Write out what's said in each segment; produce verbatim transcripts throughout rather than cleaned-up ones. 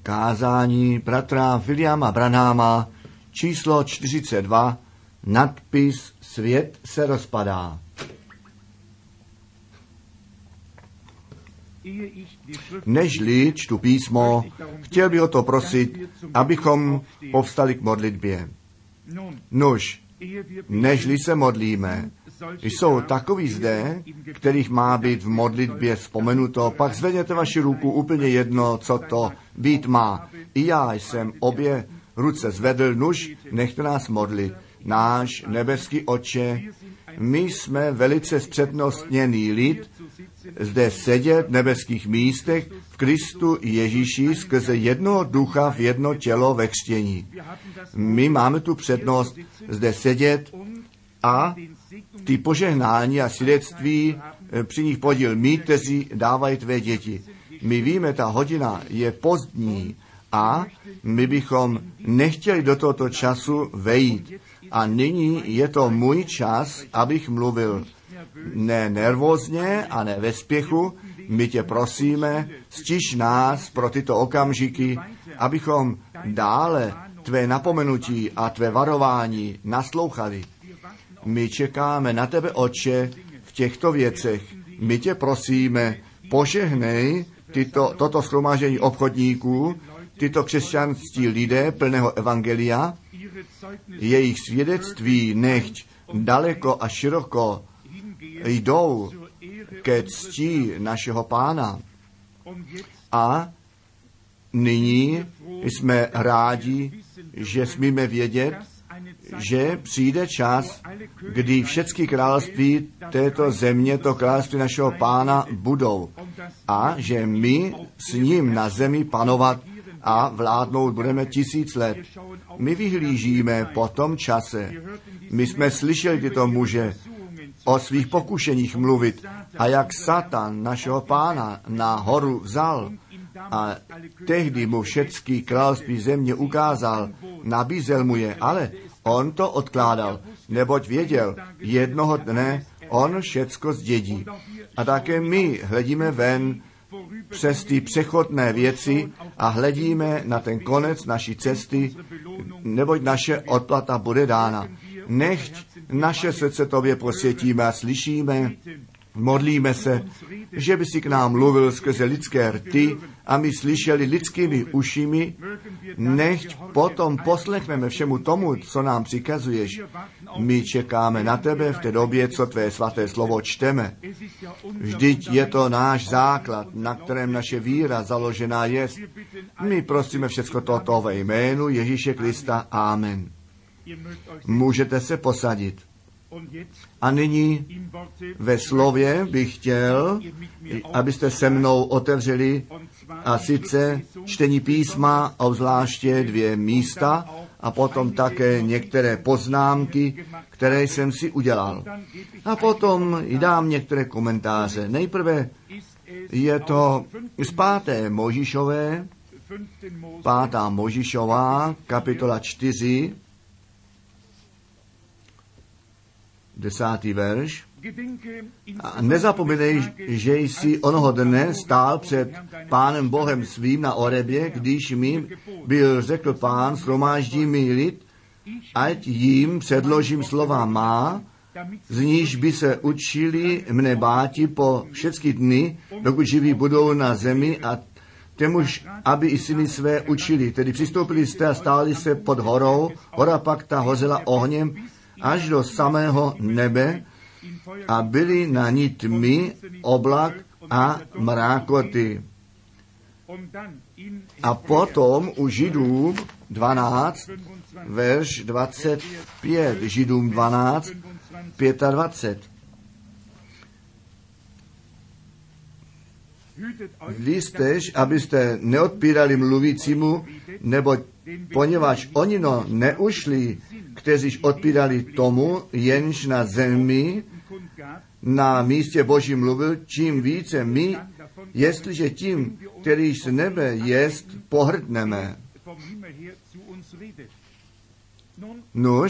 Kázání bratra Williama Branhama, číslo čtyřicet dva, nadpis Svět se rozpadá. Nežli čtu písmo, chtěl bych o to prosit, abychom povstali k modlitbě. Nuž, nežli se modlíme, jsou takoví zde, kterých má být v modlitbě vzpomenuto, pak zvedněte vaši ruku, úplně jedno, co to být má. I já jsem obě ruce zvedl, nuž, nechte nás modlit. Náš nebeský Otče, my jsme velice zpřednostněný lid, zde sedět v nebeských místech v Kristu Ježíši skrze jednoho ducha v jedno tělo ve křtění. My máme tu přednost zde sedět a ty požehnání a svědectví při nich podíl my, kteří dávají tvé děti. My víme, ta hodina je pozdní a my bychom nechtěli do tohoto času vejít. A nyní je to můj čas, abych mluvil ne nervózně a ne ve spěchu. My tě prosíme, stiž nás pro tyto okamžiky, abychom dále tvé napomenutí a tvé varování naslouchali. My čekáme na tebe, Otče, v těchto věcech. My tě prosíme, požehnej tyto, toto shromáždění obchodníků, tyto křesťanství lidé plného evangelia, jejich svědectví nechť daleko a široko jdou ke cti našeho Pána. A nyní jsme rádi, že smíme vědět, že přijde čas, kdy všechny království této země, to království našeho Pána, budou. A že my s ním na zemi panovat a vládnout budeme tisíc let. My vyhlížíme po tom čase. My jsme slyšeli tyto muže o svých pokušeních mluvit a jak Satan našeho Pána na horu vzal a tehdy mu všechny království země ukázal, nabízel mu je, ale on to odkládal, neboť věděl, jednoho dne on všecko zdědí. A také my hledíme ven přes ty přechodné věci a hledíme na ten konec naší cesty, neboť naše odplata bude dána. Nechť naše srdce tobě posvětíme a slyšíme, modlíme se, že by si k nám mluvil skrze lidské rty a my slyšeli lidskými ušimi, nechť potom poslechneme všemu tomu, co nám přikazuješ. My čekáme na tebe v té době, co tvé svaté slovo čteme. Vždyť je to náš základ, na kterém naše víra založená je. My prosíme všecko toto ve jménu Ježíše Krista. Amen. Můžete se posadit. A nyní ve slově bych chtěl, abyste se mnou otevřeli a sice čtení písma, obzvláště dvě místa a potom také některé poznámky, které jsem si udělal. A potom dám některé komentáře. Nejprve je to z páté Mojžíšové, pátá Mojžíšová, kapitola čtyři, desátý verš. A nezapomínej, že jsi onoho dne stál před Pánem Bohem svým na Orebě, když mi byl řekl Pán, shromáždí mi lid, ať jim předložím slova má, z níž by se učili mne báti po všechny dny, dokud živí budou na zemi a temuž, aby i syny své učili. Tedy přistoupili jste a stáli se pod horou, hora pak ta hořela ohněm až do samého nebe a byly na ní tmy, oblak a mrákoty. A potom u Židům dvanáct, verš dvacet pět, Židům dvanáct, dvacet pět. Vlíztež, abyste neodpírali mluvícímu, neboť poněvadž oni no neušli, kteříž odpírali tomu, jenž na zemi na místě Boží mluvil, čím více my, jestliže tím, kterýž z nebe jest, pohrdneme. Nuž,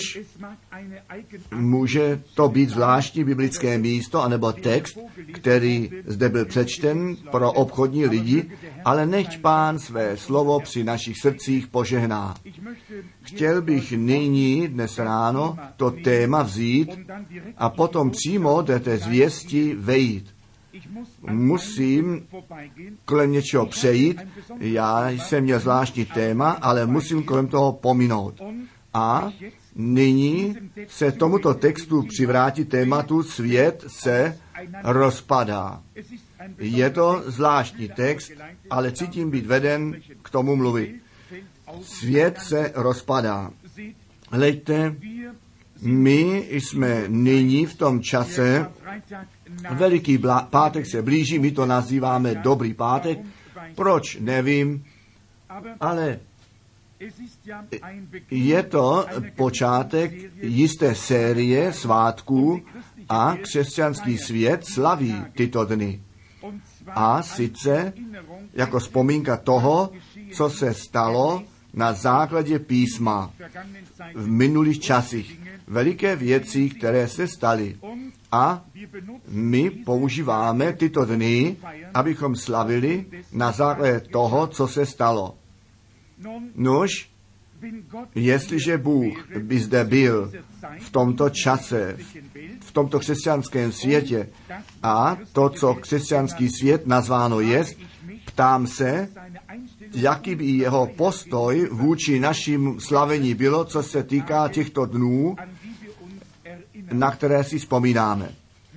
může to být zvláštní biblické místo, anebo text, který zde byl přečten pro obchodní lidi, ale nechť Pán své slovo při našich srdcích požehná. Chtěl bych nyní, dnes ráno, to téma vzít a potom přímo do té zvěsti vejít. Musím kolem něčeho přejít, já jsem měl zvláštní téma, ale musím kolem toho pominout. A nyní se tomuto textu přivrátit tématu svět se rozpadá. Je to zvláštní text, ale cítím být veden k tomu mluvit. Svět se rozpadá. Hleďte, my jsme nyní v tom čase, Veliký blá, pátek se blíží, my to nazýváme Dobrý pátek. Proč? Nevím, ale je to počátek jisté série svátků a křesťanský svět slaví tyto dny. A sice jako vzpomínka toho, co se stalo na základě písma v minulých časích. Veliké věci, které se staly. A my používáme tyto dny, abychom slavili na základě toho, co se stalo. Nož, jestliže Bůh by zde byl v tomto čase, v tomto křesťanském světě a to, co křesťanský svět nazváno jest, ptám se, jaký by jeho postoj vůči našim slavení bylo, co se týká těchto dnů, na které si vzpomínáme.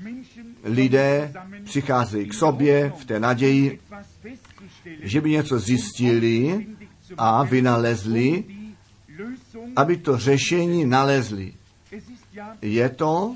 Lidé přicházejí k sobě v té naději, že by něco zjistili a vynalezli, aby to řešení nalezli. Je to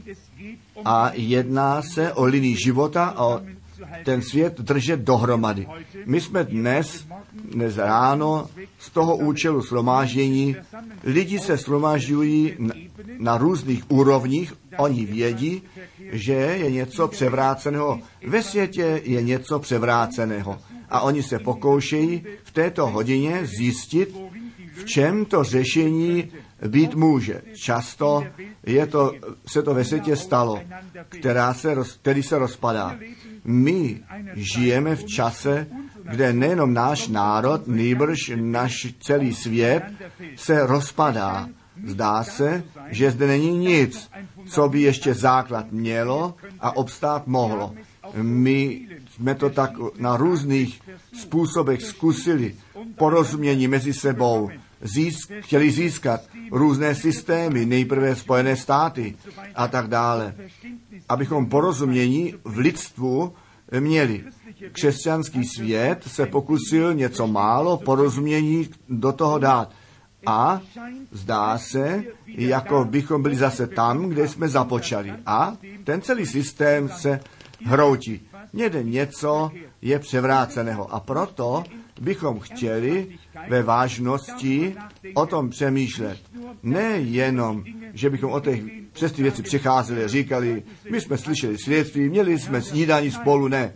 a jedná se o linii života, o ten svět držet dohromady. My jsme dnes, dnes ráno z toho účelu shromáždění, lidi se shromážďují na, na různých úrovních, oni vědí, že je něco převráceného. Ve světě je něco převráceného. A oni se pokoušejí v této hodině zjistit, v čem to řešení být může. Často je to, se to ve světě stalo, která se, který se rozpadá. My žijeme v čase, kde nejenom náš národ, nýbrž náš celý svět se rozpadá. Zdá se, že zde není nic, co by ještě základ mělo a obstát mohlo. My jsme to tak na různých způsobech zkusili, porozumění mezi sebou, získ, chtěli získat různé systémy, nejprve Spojené státy a tak dále, abychom porozumění v lidstvu měli. Křesťanský svět se pokusil něco málo porozumění do toho dát. A zdá se, jako bychom byli zase tam, kde jsme započali. A ten celý systém se hroutí. Někde něco je převráceného. A proto bychom chtěli ve vážnosti o tom přemýšlet. Nejenom, že bychom o těch, přes ty věci přicházeli a říkali, my jsme slyšeli svědectví, měli jsme snídani spolu, ne.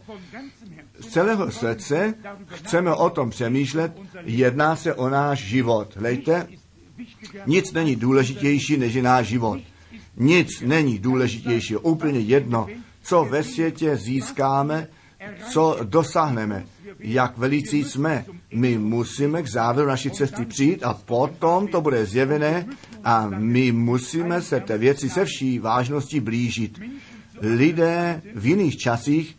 Z celého srdce chceme o tom přemýšlet, jedná se o náš život. Hlejte, nic není důležitější, než je náš život. Nic není důležitější, úplně jedno, co ve světě získáme, co dosáhneme, jak velicí jsme. My musíme k závěru naší cesty přijít a potom to bude zjevené a my musíme se té věci se vší vážností blížit. Lidé v jiných časích,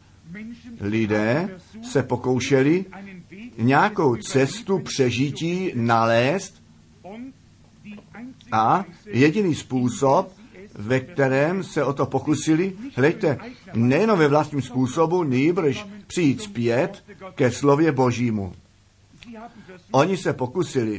lidé se pokoušeli nějakou cestu přežití nalézt a jediný způsob, ve kterém se o to pokusili, hleďte, nejen ve vlastním způsobu, nýbrž přijít zpět ke slově Božímu. Oni se pokusili,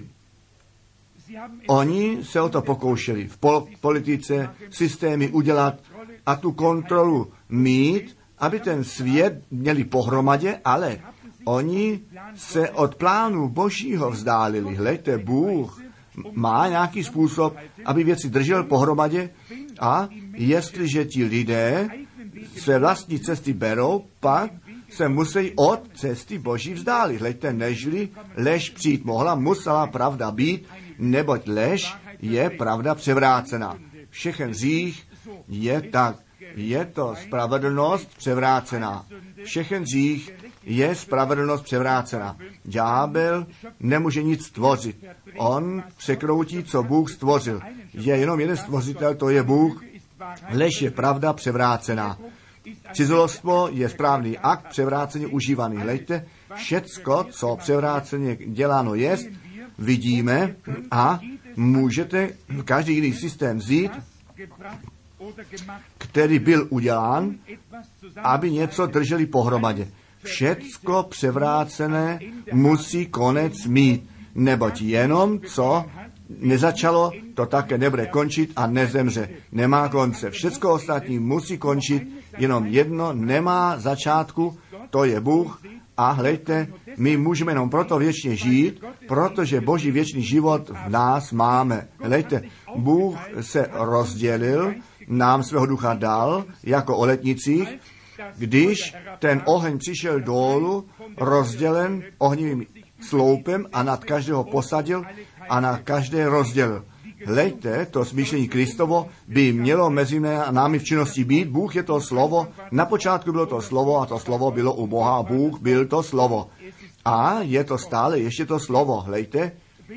oni se o to pokoušeli v pol- politice systémy udělat a tu kontrolu mít, aby ten svět měli pohromadě, ale oni se od plánu Božího vzdálili. Hleďte, Bůh má nějaký způsob, aby věci držel pohromadě a jestliže ti lidé své vlastní cesty berou, pak se musí od cesty Boží vzdálit. Hleďte, nežli lež přijít mohla, musela pravda být, neboť lež je pravda převrácena. Všechen hřích je tak. Je to spravedlnost převrácená. Všechen hřích je spravedlnost převrácená. Ďábel nemůže nic stvořit. On překroutí, co Bůh stvořil. Je jenom jeden stvořitel, to je Bůh. Lež je pravda převrácená. Cizolostvo je správný akt převráceně užívaný. Hleďte, všecko, co převráceně děláno je, vidíme a můžete každý jiný systém vzít, který byl udělán, aby něco drželi pohromadě. Všecko převrácené musí konec mít, neboť jenom co nezačalo, to také nebude končit a nezemře. Nemá konce. Všecko ostatní musí končit, jenom jedno nemá začátku, to je Bůh. A hleďte, my můžeme jenom proto věčně žít, protože Boží věčný život v nás máme. Hleďte, Bůh se rozdělil, nám svého ducha dal, jako o letnicích, když ten oheň přišel dolů, rozdělen ohnivým sloupem a nad každého posadil a na každé rozdělil. Hleďte, to smýšlení Kristovo by mělo mezi námi v činnosti být. Bůh je to slovo. Na počátku bylo to slovo a to slovo bylo u Boha a Bůh byl to slovo. A je to stále ještě to slovo. Hleďte,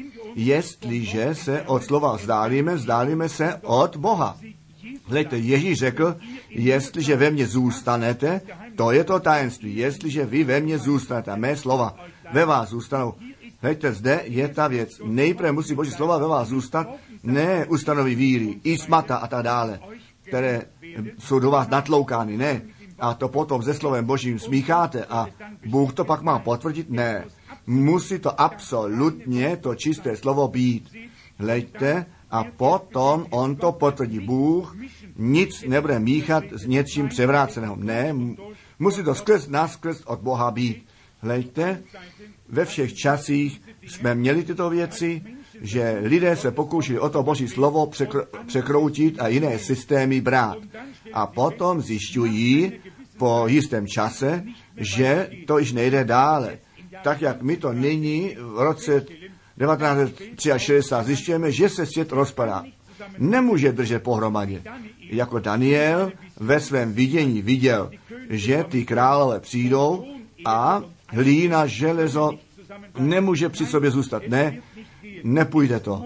jestliže se od slova vzdálíme, vzdálíme se od Boha. Hleďte, Ježíš řekl, jestliže ve mně zůstanete, to je to tajemství. Jestliže vy ve mně zůstanete, mé slova ve vás zůstanou. Hleďte, zde je ta věc. Nejprve musí Boží slova ve vás zůstat, ne ustanoví víry, ismata a tak dále, které jsou do vás natloukány, ne. A to potom se slovem Božím smícháte a Bůh to pak má potvrdit, ne. Musí to absolutně to čisté slovo být. Hleďte, a potom on to potvrdí. Bůh nic nebude míchat s něčím převráceného. Ne, musí to skrz nás, skrz od Boha být. Hleďte, ve všech časích jsme měli tyto věci, že lidé se pokoušeli o to Boží slovo překr- překroutit a jiné systémy brát. A potom zjišťují po jistém čase, že to již nejde dále. Tak jak my to nyní v roce devatenáct set šedesát tři zjišťujeme, že se svět rozpadá. Nemůže držet pohromadě. Jako Daniel ve svém vidění viděl, že ty králové přijdou a hlína, železo nemůže při sobě zůstat. Ne, nepůjde to.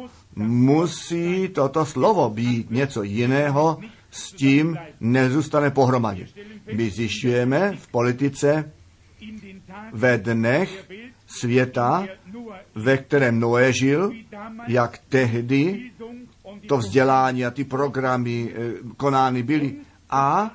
Musí toto slovo být něco jiného, s tím nezůstane pohromadě. My zjišťujeme v politice ve dnech světa, ve kterém Noé žil, jak tehdy to vzdělání a ty programy konány byly. A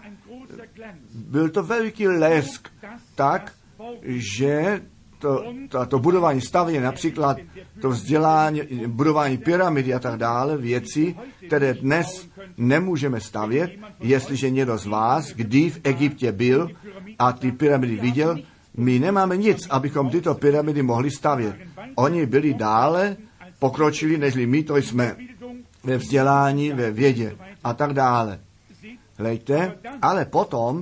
byl to veliký lesk, tak, že to, to, to budování stavění, například to vzdělání, budování pyramidy a tak dále, věci, které dnes nemůžeme stavět, jestliže někdo z vás, kdy v Egyptě byl a ty pyramidy viděl, my nemáme nic, abychom tyto pyramidy mohli stavět. Oni byli dále pokročili, nežli my to jsme ve vzdělání, ve vědě a tak dále. Hlejte, ale potom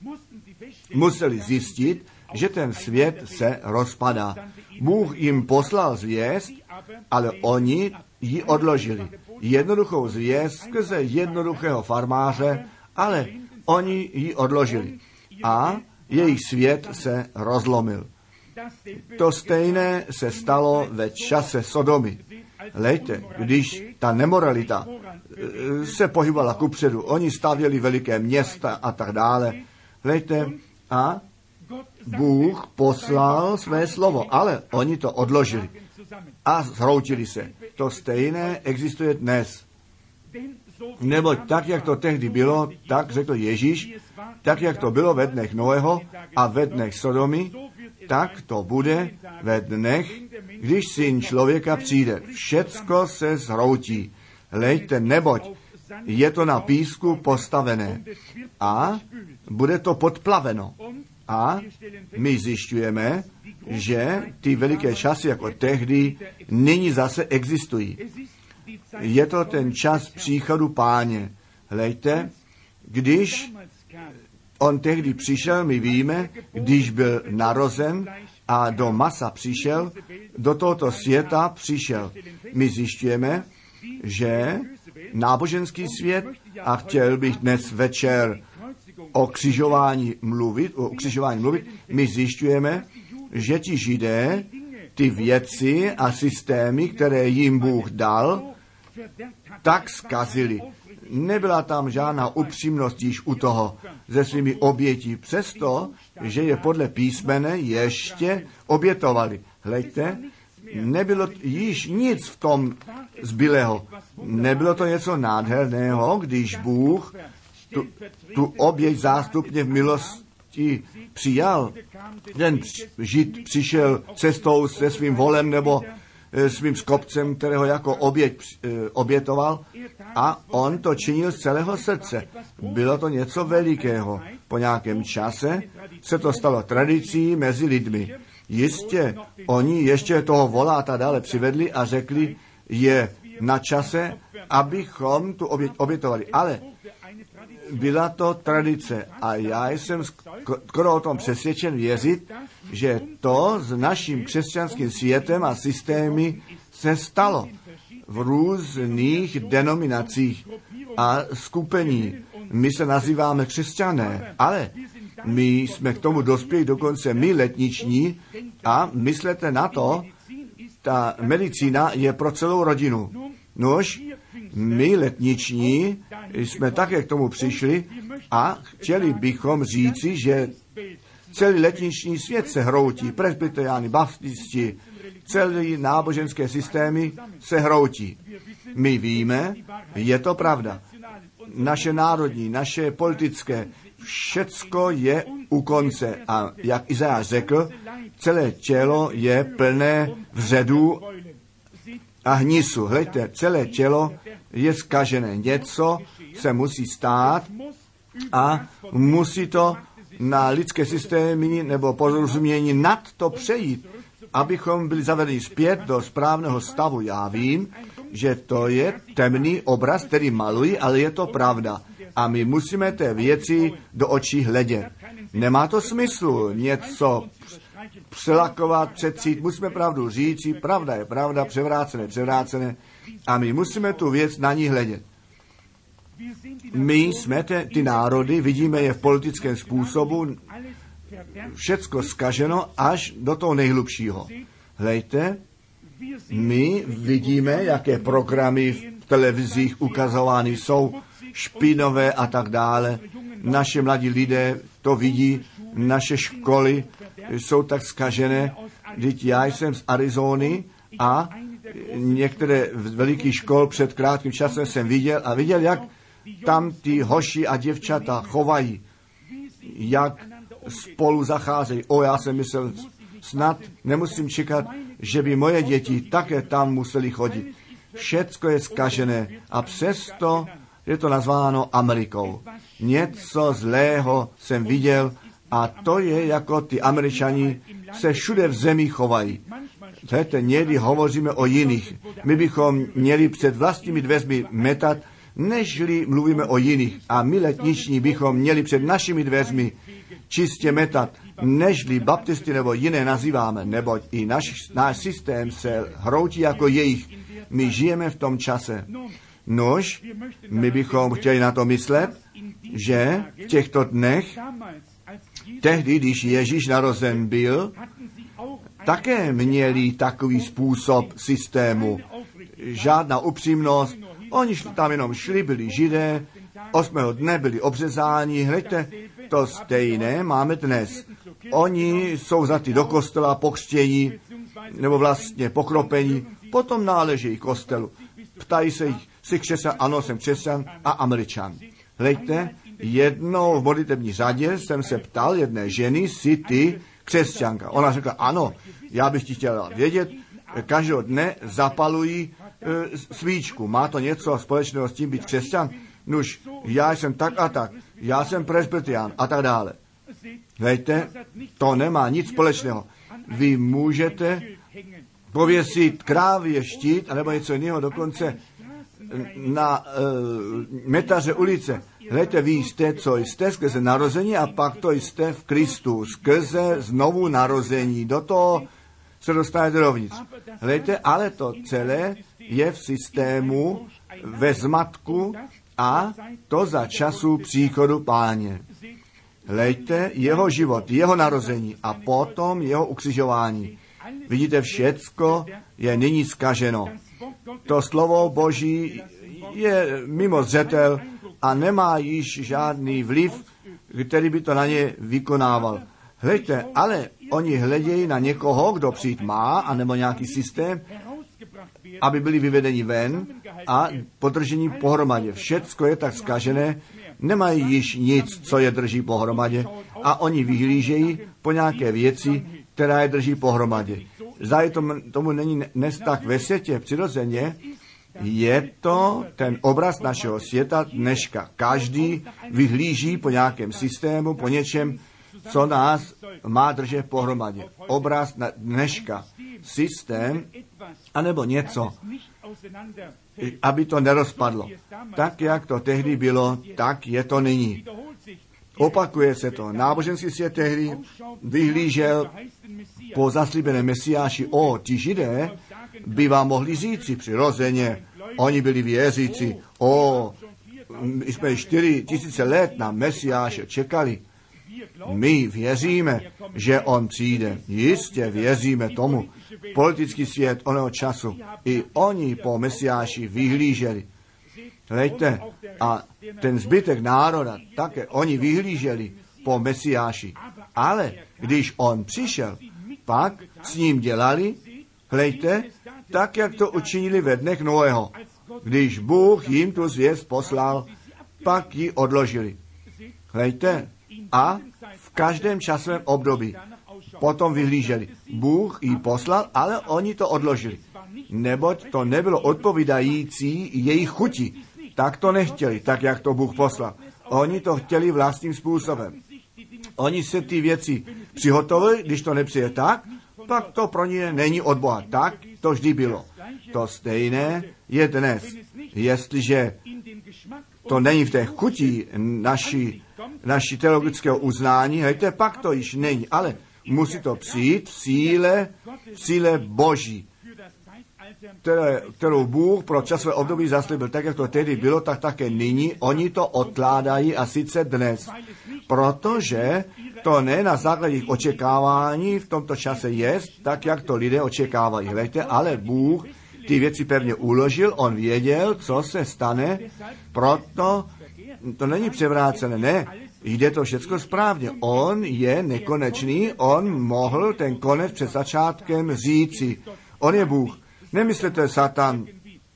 museli zjistit, že ten svět se rozpadá. Bůh jim poslal zvěst, ale oni ji odložili. Jednoduchou zvěst skrze jednoduchého farmáře, ale oni ji odložili. A jejich svět se rozlomil. To stejné se stalo ve čase Sodomy. Lejte, když ta nemoralita se pohybovala kupředu, oni stavěli veliké města a tak dále. Lejte, a Bůh poslal své slovo, ale oni to odložili a zhroutili se. To stejné existuje dnes. Neboť tak, jak to tehdy bylo, tak řekl Ježíš, tak, jak to bylo ve dnech Noého a ve dnech Sodomy, tak to bude ve dnech, když syn člověka přijde. Všecko se zhroutí. Lejte, neboť je to na písku postavené a bude to podplaveno. A my zjišťujeme, že ty veliké časy jako tehdy nyní zase existují. Je to ten čas příchodu Páně. Hlejte, když on tehdy přišel, my víme, když byl narozen a do masa přišel, do tohoto světa přišel. My zjišťujeme, že náboženský svět, a chtěl bych dnes večer o křižování mluvit, o křižování mluvit, my zjišťujeme, že ti Židé ty věci a systémy, které jim Bůh dal, tak zkazili. Nebyla tam žádná upřímnost již u toho ze svými obětí, přesto, že je podle písmene ještě obětovali. Hleďte, nebylo již nic v tom zbylého. Nebylo to něco nádherného, když Bůh tu, tu oběť zástupně v milosti přijal. Ten Žid přišel cestou se svým volem nebo svým skopcem, kterého jako oběť obětoval, a on to činil z celého srdce. Bylo to něco velikého. Po nějakém čase se to stalo tradicí mezi lidmi. Jistě, oni ještě toho voláta dále přivedli a řekli, je na čase, abychom tu oběť obětovali. Ale byla to tradice a já jsem skoro o tom přesvědčen věřit, že to s naším křesťanským světem a systémy se stalo v různých denominacích a skupení. My se nazýváme křesťané, ale my jsme k tomu dospěli dokonce my letniční a myslete na to, ta medicína je pro celou rodinu. Nož, my letniční jsme také k tomu přišli a chtěli bychom říci, že celý letniční svět se hroutí, presbyteriáni, baptisti, celé náboženské systémy se hroutí. My víme, je to pravda. Naše národní, naše politické, všecko je u konce. A jak Izajáš řekl, celé tělo je plné vředů a hnisu. Hleďte, celé tělo je zkažené. Něco se musí stát a musí to na lidské systémy nebo porozumění nad to přejít, abychom byli zavedeni zpět do správného stavu. Já vím, že to je temný obraz, který malují, ale je to pravda. A my musíme té věci do očí hledět. Nemá to smyslu něco přelakovat, přetřít, musíme pravdu říci, pravda je pravda, převrácené, převrácené a my musíme tu věc na ní hledět. My jsme te, ty národy, vidíme je v politickém způsobu, všecko zkaženo až do toho nejhlubšího. Hlejte, my vidíme, jaké programy v televizích ukazovány jsou, špinové a tak dále. Naše mladí lidé to vidí, naše školy jsou tak zkažené. Vždyť já jsem z Arizony a některé velikých škol před krátkým časem jsem viděl a viděl, jak tam ty hoši a děvčata chovají, jak spolu zacházejí. O, já jsem myslel, snad nemusím čekat, že by moje děti také tam museli chodit. Všecko je zkažené a přesto je to nazváno Amerikou. Něco zlého jsem viděl a to je, jako ty Američani se všude v zemi chovají. Víte, někdy hovoříme o jiných. My bychom měli před vlastními dveřmi metat, nežli mluvíme o jiných. A my letniční bychom měli před našimi dveřmi čistě metat, nežli baptisty nebo jiné nazýváme, neboť i naš, náš systém se hroutí jako jejich. My žijeme v tom čase. Nož, my bychom chtěli na to myslet, že v těchto dnech, tehdy, když Ježíš narozen byl, také měli takový způsob systému. Žádná upřímnost, oni tam jenom šli, byli Židé, osmého dne byli obřezáni, hleďte, to stejné máme dnes. Oni jsou vzati do kostela, pokřtění, nebo vlastně pokropení, potom náležejí kostelu. Ptají se jich, jsi křesťan? Ano, jsem křesťan a Američan. Hleďte, jednou v modlitební řadě jsem se ptal jedné ženy, jsi ty křesťanka? Ona řekla, ano, já bych ti chtěla vědět, každého dne zapalují e, svíčku. Má to něco společného s tím být křesťan? Nuž, já jsem tak a tak, já jsem presbyterián a tak dále. Hleďte, to nemá nic společného. Vy můžete pověsit krávě štít, anebo něco jiného, dokonce na e, metaře ulice. Hleďte, vy jste, co jste skrze narození a pak to jste v Kristu, skrze znovu narození. Do toho se dostanete dovnitř. Hleďte, ale to celé je v systému, ve zmatku a to za času příchodu Páně. Hlejte, jeho život, jeho narození a potom jeho ukřižování. Vidíte, všecko je nyní zkaženo. To slovo Boží je mimo zřetel a nemá již žádný vliv, který by to na ně vykonával. Hlejte, ale oni hledějí na někoho, kdo přijít má, anebo nějaký systém, aby byli vyvedeni ven a podržení pohromadě. Všecko je tak zkažené, nemají již nic, co je drží pohromadě a oni vyhlížejí po nějaké věci, která je drží pohromadě. Zda tomu, tomu není dnes tak ve světě přirozeně, je to ten obraz našeho světa dneška. Každý vyhlíží po nějakém systému, po něčem, co nás má držet pohromadě. Obraz na dneška, systém, anebo něco, aby to nerozpadlo. Tak, jak to tehdy bylo, tak je to nyní. Opakuje se to. Náboženský svět tehdy vyhlížel po zaslíbeném Mesiáši. O, ti Židé by vám mohli říci přirozeně, oni byli věřící. O, my jsme čtyři tisíce let na Mesiáše čekali. My věříme, že on přijde. Jistě věříme tomu. Politický svět oného času. I oni po Mesiáši vyhlíželi. Hlejte, a ten zbytek národa, také oni vyhlíželi po Mesiáši. Ale když on přišel, pak s ním dělali, hlejte, tak, jak to učinili ve dnech Noého. Když Bůh jim tu zvěst poslal, pak ji odložili. Hlejte, a v každém časovém období potom vyhlíželi. Bůh ji poslal, ale oni to odložili. Neboť to nebylo odpovídající jejich chuti. Tak to nechtěli, tak jak to Bůh poslal. Oni to chtěli vlastním způsobem. Oni se ty věci přihotovili, když to nepřijde tak, pak to pro ně není od Boha. Tak to vždy bylo. To stejné je dnes. Jestliže to není v té chuti naší, naší teologického uznání, hejte, pak to již není, ale musí to přijít v síle, v síle Boží, které, kterou Bůh pro časové období zaslíbil. Tak, jak to tehdy bylo, tak také nyní. Oni to odkládají a sice dnes. Protože to ne na základě očekávání v tomto čase je, tak, jak to lidé očekávají. Hlejte, ale Bůh ty věci pevně uložil, on věděl, co se stane, proto to není převrácené, ne, jde to všechno správně. On je nekonečný, on mohl ten konec před začátkem říci. On je Bůh. Nemyslete, Satan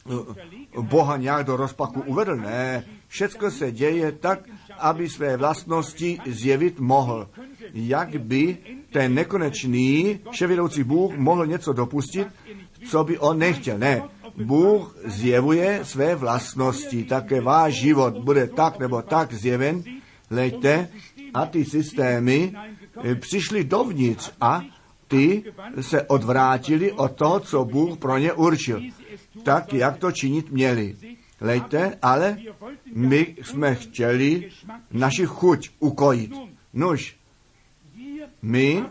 Boha nějak do rozpaku uvedl, ne. Všecko se děje tak, aby své vlastnosti zjevit mohl. Jak by ten nekonečný vševědoucí Bůh mohl něco dopustit, co by on nechtěl. Ne, Bůh zjevuje své vlastnosti, také váš život bude tak nebo tak zjeven, hleďte, a ty systémy přišly dovnitř a ty se odvrátili od toho, co Bůh pro ně určil. Tak, jak to činit měli. Hleďte, ale my jsme chtěli naši chuť ukojit. Nuž, my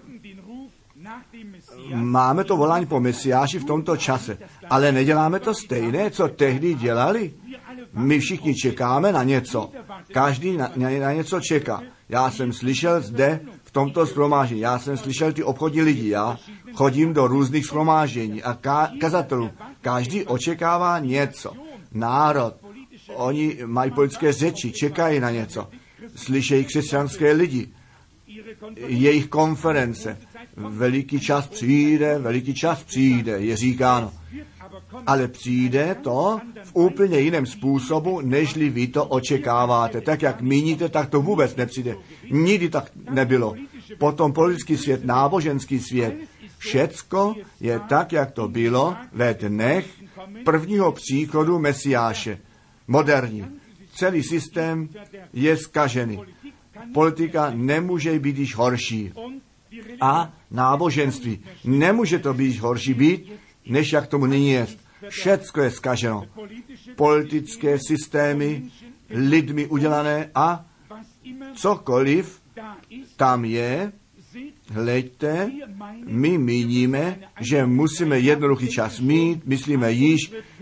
máme to volání po Mesiáši v tomto čase, ale neděláme to stejné, co tehdy dělali. My všichni čekáme na něco. Každý na, na něco čeká. Já jsem slyšel zde v tomto shromáždění, já jsem slyšel ty obchodní lidi, já chodím do různých shromáždění a ka- kazatelů. Každý očekává něco. Národ, oni mají politické řeči, čekají na něco. Slyšejí křesťanské lidi, jejich konference. Veliký čas přijde, veliký čas přijde, je říkáno. Ale přijde to v úplně jiném způsobu, nežli vy to očekáváte. Tak, jak míníte, tak to vůbec nepřijde. Nikdy tak nebylo. Potom politický svět, náboženský svět, všecko je tak, jak to bylo ve dnech prvního příchodu Mesiáše. Moderní. Celý systém je zkažený. Politika nemůže být již horší. A náboženství nemůže to být horší být, než jak tomu nyní je. Všecko je zkaženo. Politické systémy, lidmi udělané a cokoliv tam je, Hlejte, my míníme, že musíme jednoduchý čas mít, myslíme již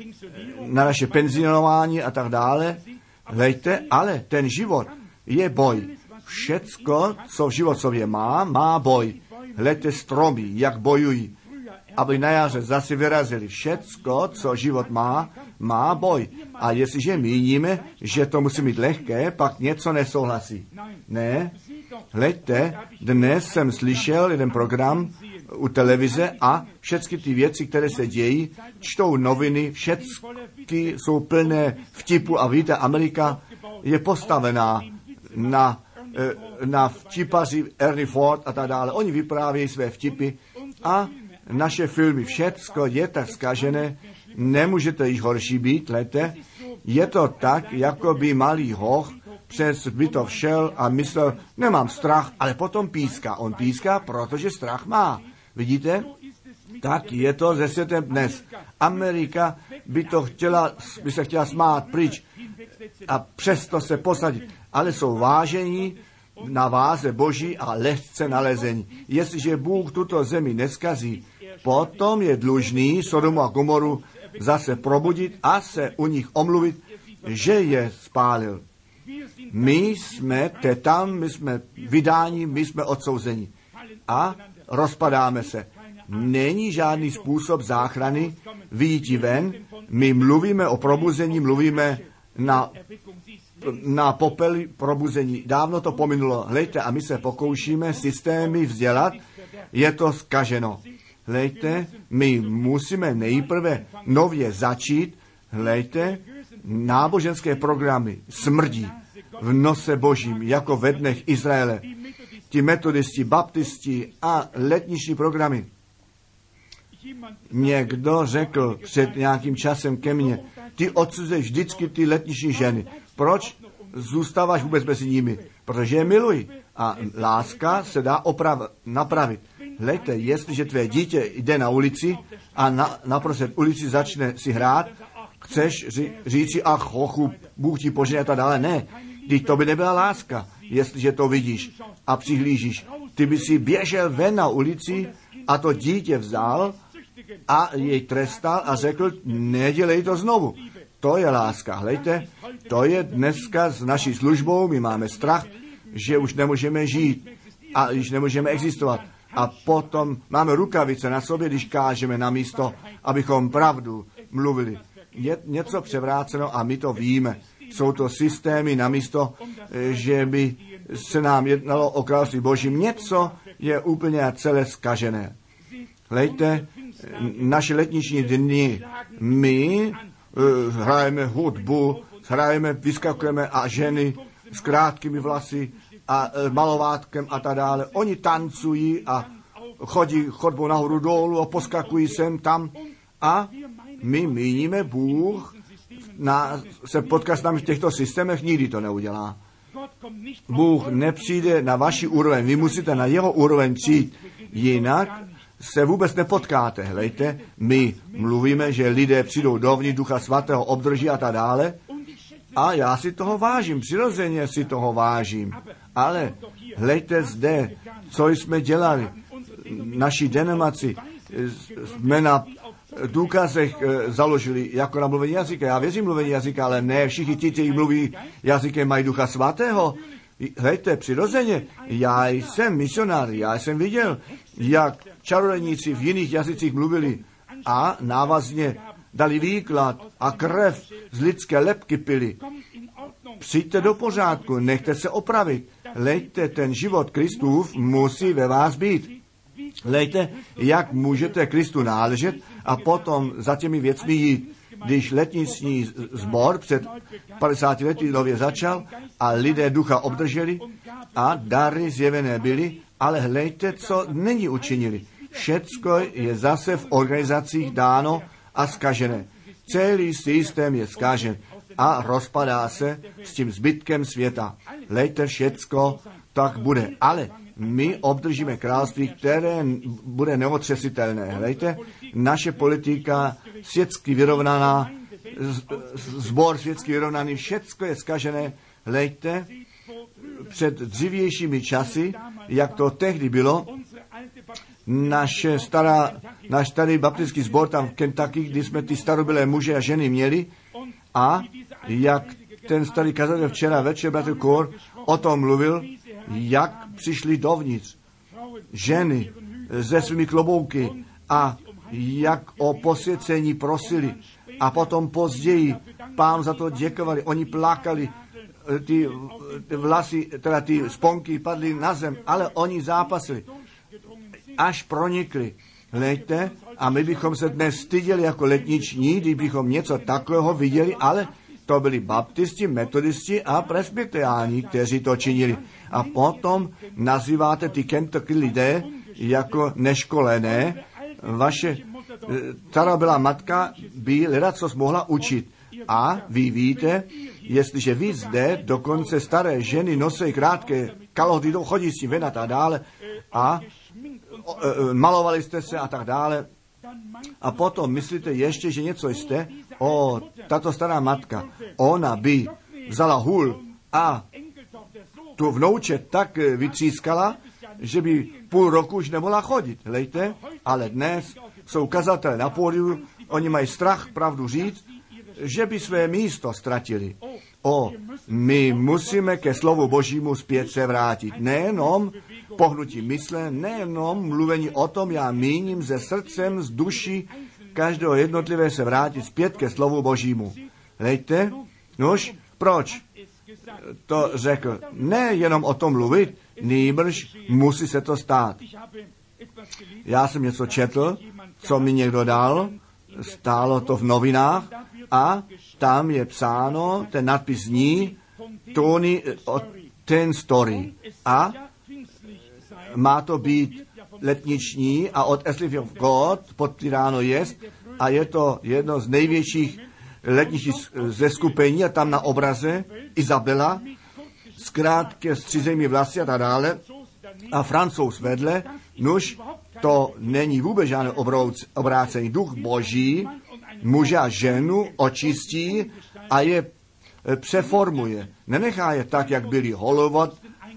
na naše penzionování a tak dále. Hlejte, ale ten život je boj. Všecko, co v život sobě má, má boj. Hlejte stromy, jak bojují, aby na jaře zase vyrazili. Všecko, co život má, má boj. A jestliže míníme, že to musí mít lehké, pak něco nesouhlasí. Ne, hleďte, dnes jsem slyšel jeden program u televize a všechny ty věci, které se dějí, čtou noviny, všechny jsou plné vtipu a víte, Amerika je postavená na, na vtipaři Henry Ford a tak dále. Oni vyprávějí své vtipy a naše filmy, všecko je tak zkažené, nemůžete již horší být, lete. Je to tak, jako by malý hoch přes bytov šel a myslel, nemám strach, ale potom píská. On píská, protože strach má. Vidíte? Tak je to ze světem dnes. Amerika by to chtěla, by se chtěla smát pryč a přesto se posadit. Ale jsou vážení na váze Boží a lehce nalezení. Jestliže Bůh tuto zemi neskazí, potom je dlužný Sodomu a Gomoru zase probudit a se u nich omluvit, že je spálil. My jsme te tam, my jsme vydáni, my jsme odsouzeni. A rozpadáme se. Není žádný způsob záchrany vyjítí ven. My mluvíme o probuzení, mluvíme na, na popeli probuzení. Dávno to pominulo. Hlejte, a my se pokoušíme systémy vzdělat. Je to zkaženo. Hlejte, my musíme nejprve nově začít. Hlejte, náboženské programy smrdí v nose Božím, jako ve dnech Izraele. Ti metodisti, baptisti a letniční programy. Někdo řekl před nějakým časem ke mně, ty odsuzuješ vždycky ty letniční ženy. Proč zůstáváš vůbec mezi nimi? Protože je miluji. A láska se dá oprav, napravit. Hlejte, jestliže tvé dítě jde na ulici a na, naprostřed ulici začne si hrát, chceš ří, říci, ach, hochu, Bůh ti požehnej a tak dále. Ne, teď to by nebyla láska, jestliže to vidíš a přihlížíš. Ty by si běžel ven na ulici a to dítě vzal a jej trestal a řekl, nedělej to znovu. To je láska. Hlejte, to je dneska s naší službou, my máme strach, že už nemůžeme žít a již nemůžeme existovat. A potom máme rukavice na sobě, když kážeme na místo, abychom pravdu mluvili. Je něco převráceno a my to víme. Jsou to systémy na místo, že by se nám jednalo o království Božím. Něco je úplně a celé zkažené. Hlejte, naše letniční dny, my uh, hrajeme hudbu, hrajeme, vyskakujeme a ženy s krátkými vlasy a uh, malovátkem a tak dále. Oni tancují a chodí chodbou nahoru dolů a poskakují sem tam a my míníme, Bůh na, se potká s námi v těchto systémech, nikdy to neudělá. Bůh nepřijde na vaši úroveň, vy musíte na jeho úroveň přijít, jinak se vůbec nepotkáte. Hlejte, my mluvíme, že lidé přijdou dovnitř Ducha Svatého, obdrží a tak dále. A já si toho vážím, přirozeně si toho vážím. Ale hlejte zde, co jsme dělali. Naší denominaci jsme na důkazech založili jako na mluvení jazyka. Já věřím mluvení jazyka, ale ne všichni ti, kteří mluví jazykem, mají Ducha Svatého. Hejte, přirozeně, já jsem misionář, já jsem viděl, jak čarodějníci v jiných jazycích mluvili a návazně dali výklad a krev z lidské lebky pili. Přijďte do pořádku, nechte se opravit. Lejte, ten život Kristův musí ve vás být. Lejte, jak můžete Kristu náležet a potom za těmi věcmi jít. Když letniční sbor před padesáti lety nově začal a lidé ducha obdrželi a dary zjevené byly, ale hlejte, co není učinili. Všecko je zase v organizacích dáno a zkažené. Celý systém je zkažen a rozpadá se s tím zbytkem světa. Hlejte, všecko tak bude. Ale my obdržíme království, které bude neotřesitelné. Hlejte, naše politika světsky vyrovnaná, sbor světsky vyrovnaný, všecko je zkažené. Hlejte, před dřívějšími časy, jak to tehdy bylo, naše stará, náš starý baptistický sbor tam v Kentucky, kdy jsme ty starobylé muže a ženy měli a jak ten starý kazatel včera večer, bratr Kor, o tom mluvil, jak přišli dovnitř ženy se svými klobouky a jak o posvěcení prosili a potom později Pán za to děkovali. Oni plakali, ty vlasy, teda ty sponky padly na zem, ale oni zápasili, až pronikli. Leďte, a my bychom se dnes styděli jako letniční, kdybychom něco takového viděli, ale to byli baptisti, metodisti a presbyteriáni, kteří to činili. A potom nazýváte ty Kentucky lidé jako neškolené. Vaše stará byla matka by ledacos mohla učit. A vy víte, jestliže vy zde dokonce staré ženy nosí krátké kalhoty, chodí s tím ven a tak dále a malovali jste se a tak dále. A potom myslíte ještě, že něco jste? O, tato stará matka, ona by vzala hůl a tu vnouče tak vytřískala, že by půl roku už nemohla chodit. Lejte, ale dnes jsou kazatelé na pódiu, oni mají strach pravdu říct, že by své místo ztratili. O, my musíme ke slovu Božímu zpět se vrátit. Nejenom pohnutí mysle, nejenom mluvení o tom, já míním ze srdcem, z duší každého jednotlivé se vrátit zpět ke slovu Božímu. Lejte, nož, proč to řekl? Ne jenom o tom mluvit, nýbrž musí se to stát. Já jsem něco četl, co mi někdo dal, stálo to v novinách a tam je psáno, ten nadpis zní Tony ten story. A má to být letniční a od Assembly of God podpíráno jest a je to jedno z největších letničních zeskupení a tam na obraze Izabela s krátké střízejmi vlasy a tak dále a Francouz vedle, nuž to není vůbec žádné obrácení. Duch Boží muže a ženu očistí a je přeformuje. Nenechá je tak, jak byli. Hollywood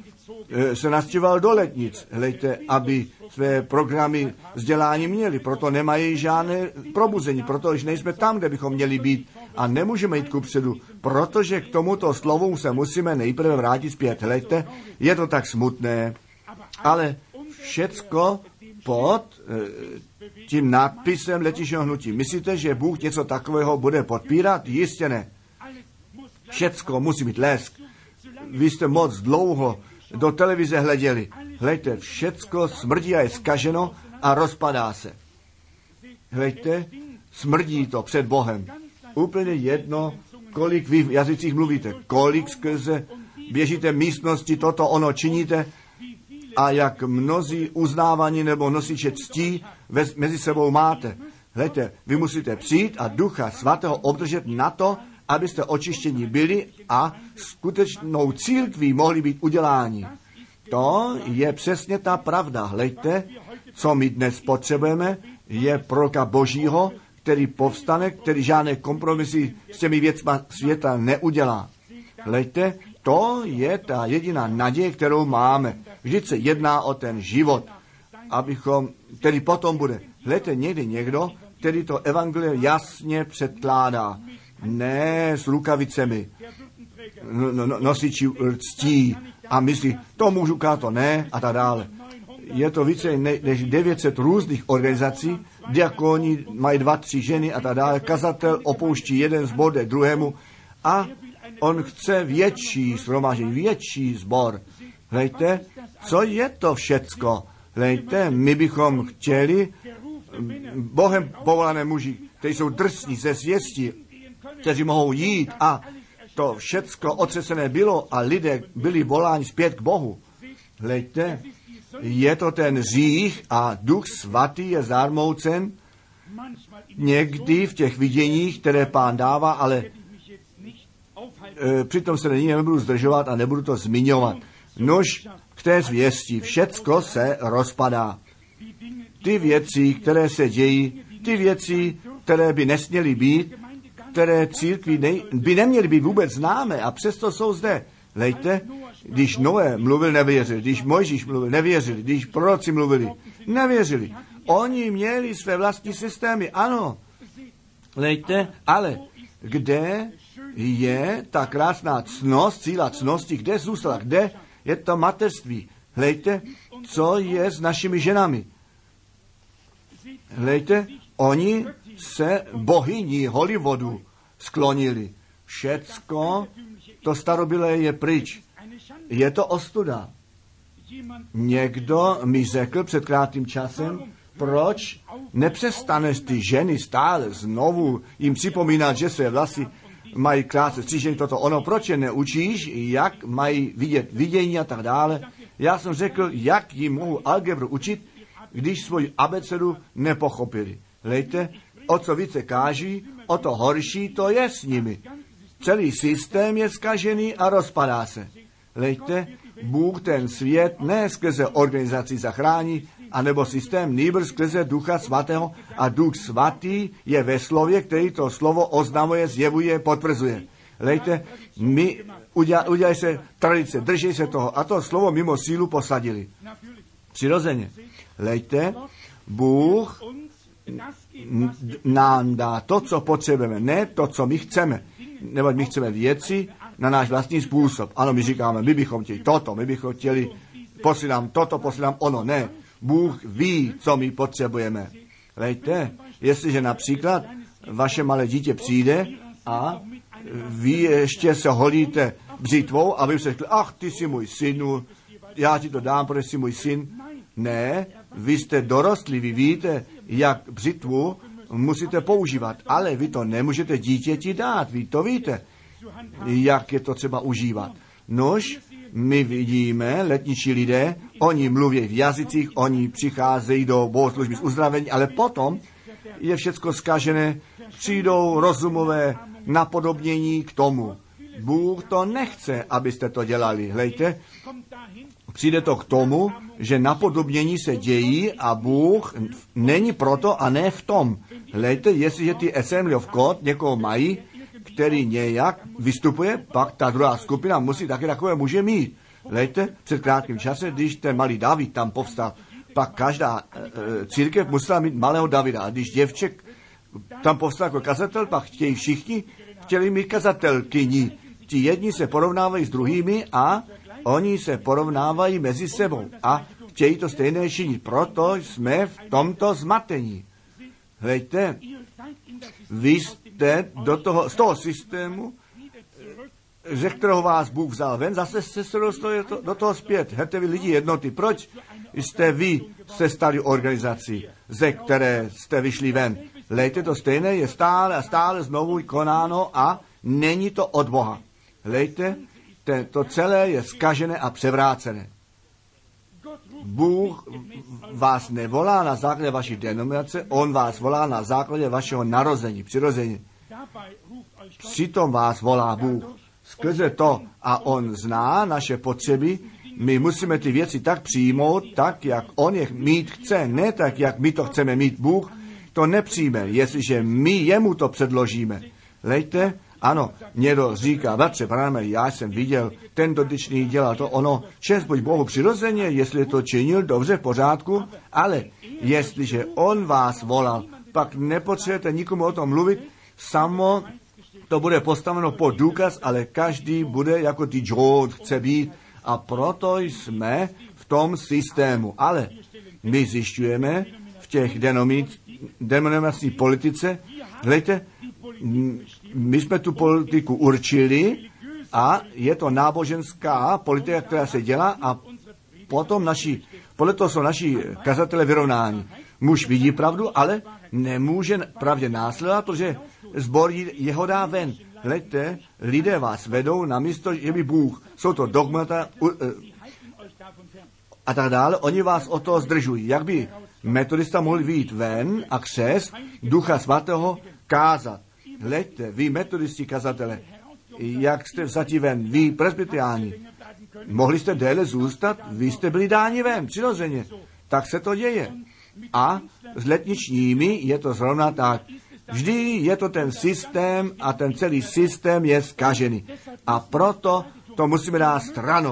se nastěhoval do letnic, hlejte, aby své programy vzdělání měli. Proto nemají žádné probuzení, protože nejsme tam, kde bychom měli být a nemůžeme jít kupředu, protože k tomuto slovu se musíme nejprve vrátit zpět. Hlejte, je to tak smutné, ale všecko pod tím nápisem letničního hnutí. Myslíte, že Bůh něco takového bude podpírat? Jistě ne. Všecko musí mít lesk. Vy jste moc dlouho do televize hleděli. Hlejte, všecko smrdí a je zkaženo a rozpadá se. Hlejte, smrdí to před Bohem. Úplně jedno, kolik vy v jazycích mluvíte, kolik skrze běžíte místnosti, toto ono činíte a jak mnozí uznávaní nebo nosiče ctí mezi sebou máte. Hlejte, vy musíte přijít a Ducha Svatého obdržet na to, abyste očištěni byli a skutečnou církví mohli být uděláni. To je přesně ta pravda. Hlejte, co my dnes potřebujeme, je proroka Božího, který povstane, který žádné kompromisy s těmi věcmi světa neudělá. Hlejte, to je ta jediná naděje, kterou máme. Vždyť se jedná o ten život, abychom, který potom bude. Hlejte, někdy někdo, který to evangelium jasně předkládá. Ne s rukavicemi, no, no, nosiči ctí a myslí, to můžu kát, to ne a tak dále. Je to více než devět set různých organizací, diakoni mají dva, tři ženy a tak dále, kazatel opouští jeden zbor jde druhému a on chce větší shromáždění, větší sbor. Hlejte, co je to všecko? Hlejte, my bychom chtěli Bohem povolané muži, kteří jsou drsní ze zvěstí, kteří mohou jít a to všecko otřesené bylo a lidé byli voláni zpět k Bohu. Hlejte, je to ten hřích a Duch Svatý je zarmoucen někdy v těch viděních, které Pán dává, ale e, přitom se nyní nebudu zdržovat a nebudu to zmiňovat. Nož k té zvěstí všecko se rozpadá. Ty věci, které se dějí, ty věci, které by nesměly být, které církvi nej, by neměly být vůbec známé a přesto jsou zde. Lejte, když Noé mluvil, nevěřili, když Mojžíš mluvil, nevěřili, když proroci mluvili, nevěřili. Oni měli své vlastní systémy, ano. Lejte, ale kde je ta krásná ctnost, síla ctnosti, kde zůstala, kde je to mateřství? Hlejte, co je s našimi ženami? Hlejte, oni se bohyní Hollywoodu sklonili. Všecko to starobylé je pryč. Je to ostuda. Někdo mi řekl před krátkým časem, proč nepřestaneš ty ženy stále znovu jim připomínat, že své vlasy mají krátce střížení, toto ono, proč je neučíš, jak mají vidět vidění a tak dále. Já jsem řekl, jak jim mohu algebru učit, když svoji abecedu nepochopili. Lejte, o co více káží, o to horší to je s nimi. Celý systém je zkažený a rozpadá se. Lejte, Bůh ten svět ne skrze organizaci zachrání, anebo systém, nýbrž skrze Ducha Svatého, a Duch Svatý je ve slově, který to slovo oznamuje, zjevuje, potvrzuje. Lejte, my udělali udělaj se tradice, drží se toho a to slovo mimo sílu posadili. Přirozeně. Lejte, Bůh nám dá to, co potřebujeme, ne to, co my chceme. Nebo my chceme věci na náš vlastní způsob. Ano, my říkáme, my bychom chtěli toto, my bychom chtěli, posílám toto, posílám ono. Ne, Bůh ví, co my potřebujeme. Lejte, jestliže například vaše malé dítě přijde a vy ještě se holíte břitvou a vy se řekli, ach, ty jsi můj synu, já ti to dám, protože jsi můj syn. Ne, vy jste dorostlí, vy víte, jak břitvu musíte používat, ale vy to nemůžete dítěti dát, vy to víte, jak je to třeba užívat. Nož, my vidíme, letničí lidé, oni mluví v jazycích, oni přicházejí do bohoslužby z uzdravení, ale potom je všecko zkažené, přijdou rozumové napodobnění k tomu. Bůh to nechce, abyste to dělali. Hlejte, přijde to k tomu, že napodobnění se dějí a Bůh není proto a ne v tom. Hlejte, jestliže ty Assembly of God někoho mají, který nějak vystupuje, pak ta druhá skupina musí taky takové muže mít. Hlejte, před krátkým časem, když ten malý David tam povstal, pak každá e, církev musela mít malého Davida. A když děvček tam povstal jako kazatel, pak chtějí všichni, chtěli mít kazatelkyni. Ti jedni se porovnávají s druhými a oni se porovnávají mezi sebou a chtějí to stejné činit. Proto jsme v tomto zmatení. Hlejte, vy jste do toho, z toho systému, ze kterého vás Bůh vzal ven, zase jste se dostali do toho zpět. Hejte vy lidi jednoty, proč jste vy se stali organizací, ze které jste vyšli ven? Hlejte, to stejné je stále a stále znovu konáno a není to od Boha. Hlejte, to celé je zkažené a převrácené. Bůh vás nevolá na základě vaší denominace, on vás volá na základě vašeho narození, přirození. Přitom vás volá Bůh. Skrze to, a on zná naše potřeby, my musíme ty věci tak přijmout, tak, jak on je mít chce, ne tak, jak my to chceme mít. Bůh to nepřijme, jestliže my jemu to předložíme. Lejte, ano, někdo říká, bratře, pane, já jsem viděl, ten dotyčný dělal to, ono, čest buď Bohu přirozeně, jestli to činil, dobře, v pořádku, ale jestliže on vás volal, pak nepotřebujete nikomu o tom mluvit, samo to bude postaveno pod důkaz, ale každý bude jako ty Jood chce být a proto jsme v tom systému. Ale my zjišťujeme v těch denominační politice, hledajte, my jsme tu politiku určili a je to náboženská politika, která se dělá a potom naši, podle toho jsou naši kazatele vyrovnání. Muž vidí pravdu, ale nemůže pravdě následovat, protože zbor jeho dá ven. Hleďte, lidé vás vedou na místo, že by Bůh. Jsou to dogmata a tak dále. Oni vás o to zdržují. Jak by metodista mohl vyjít ven a křest Ducha Svatého kázat. Hleďte, vy metodisti kazatele, jak jste vzati ven, vy presbytiáni, mohli jste déle zůstat, vy jste byli dáni ven, přirozeně. Tak se to děje. A s letničními je to zrovna tak. Vždy je to ten systém a ten celý systém je zkažený. A proto to musíme dát stranou.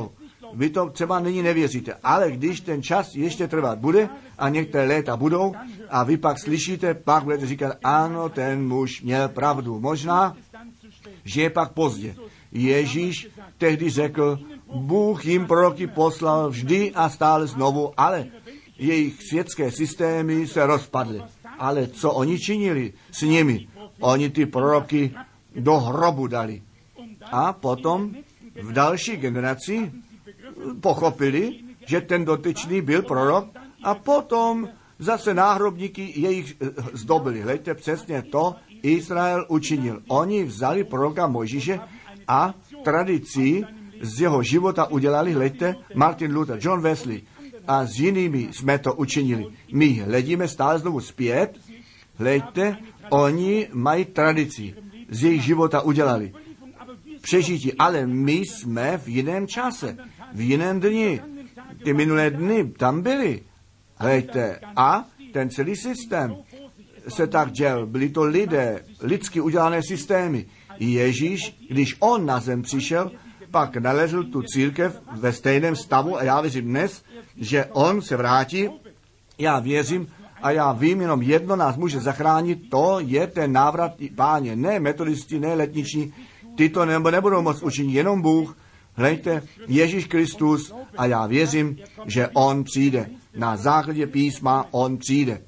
vy to třeba nyní nevěříte, ale když ten čas ještě trvat bude a některé léta budou a vy pak slyšíte, pak budete říkat, ano, ten muž měl pravdu. Možná, že je pak pozdě. Ježíš tehdy řekl, Bůh jim proroky poslal vždy a stále znovu, ale jejich světské systémy se rozpadly. Ale co oni činili s nimi? Oni ty proroky do hrobu dali. A potom v další generaci pochopili, že ten dotyčný byl prorok a potom zase náhrobníky jejich zdobili. Hlejte, přesně to Izrael učinil. Oni vzali proroka Mojžíše a tradici z jeho života udělali, hlejte, Martin Luther, John Wesley a s jinými jsme to učinili. My hledíme stále znovu zpět, hlejte, oni mají tradici, z jejich života udělali přežití, ale my jsme v jiném čase, v jiném dni. Ty minulé dny tam byly, hlejte, a ten celý systém se tak děl. Byli to lidé, lidsky udělané systémy. Ježíš, když on na zem přišel, pak nalezl tu církev ve stejném stavu a já věřím dnes, že on se vrátí. Já věřím a já vím, jenom jedno nás může zachránit, to je ten návrat Páně. Ne metodisti, ne letniční, ty to nebo nebudou moc učinit, jenom Bůh. Hlejte, Ježíš Kristus a já věřím, že on přijde. Na základě písma on přijde.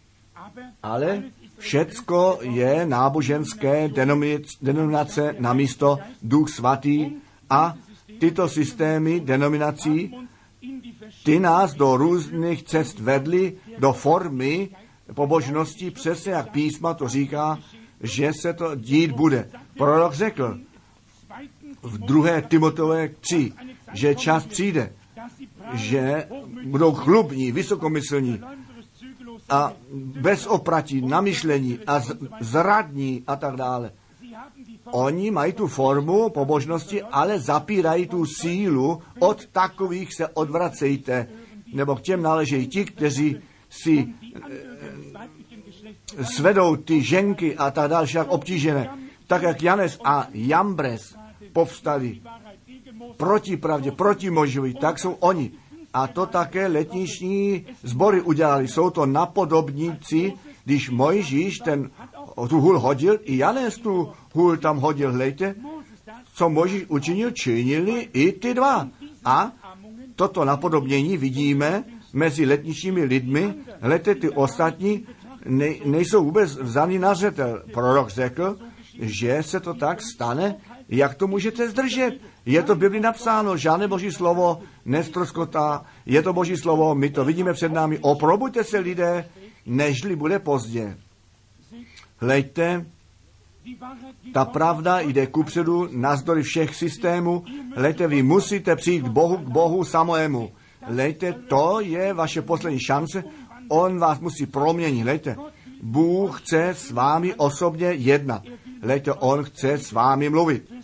Ale všecko je náboženské denominace na místo Duch Svatý a tyto systémy denominací, ty nás do různých cest vedly, do formy pobožnosti, přesně jak písma to říká, že se to dít bude. Prorok řekl v druhé Timotové tři, že čas přijde, že budou chlubní, vysokomyslní a bez opratí, namyšlení a zradní a tak dále. Oni mají tu formu pobožnosti, ale zapírají tu sílu, od takových se odvracejte, nebo k těm náležejí ti, kteří si e, svedou ty ženky a tak dále, však obtížené, tak jak Janes a Jambres povstali proti pravdě, proti Mojžíšovi, tak jsou oni. A to také letniční sbory udělali. Jsou to napodobníci, když Mojžíš ten tu hůl hodil, i Janes tu hůl tam hodil, hlejte, co Mojžíš učinil, činili i ty dva. A toto napodobnění vidíme mezi letničními lidmi, hlejte, ty ostatní ne, nejsou vůbec vzaný na zřetel. Prorok řekl, že se to tak stane, jak to můžete zdržet. Je to v Biblii napsáno, žádné boží slovo nestroskotá, je to boží slovo, my to vidíme před námi. Oprobuďte se, lidé, nežli bude pozdě. Hlejte, ta pravda jde kupředu navzdory všech systémů. Hlejte, vy musíte přijít k Bohu, k Bohu samému. Hlejte, to je vaše poslední šance. On vás musí proměnit. Hlejte, Bůh chce s vámi osobně jednat. Hlejte, on chce s vámi mluvit.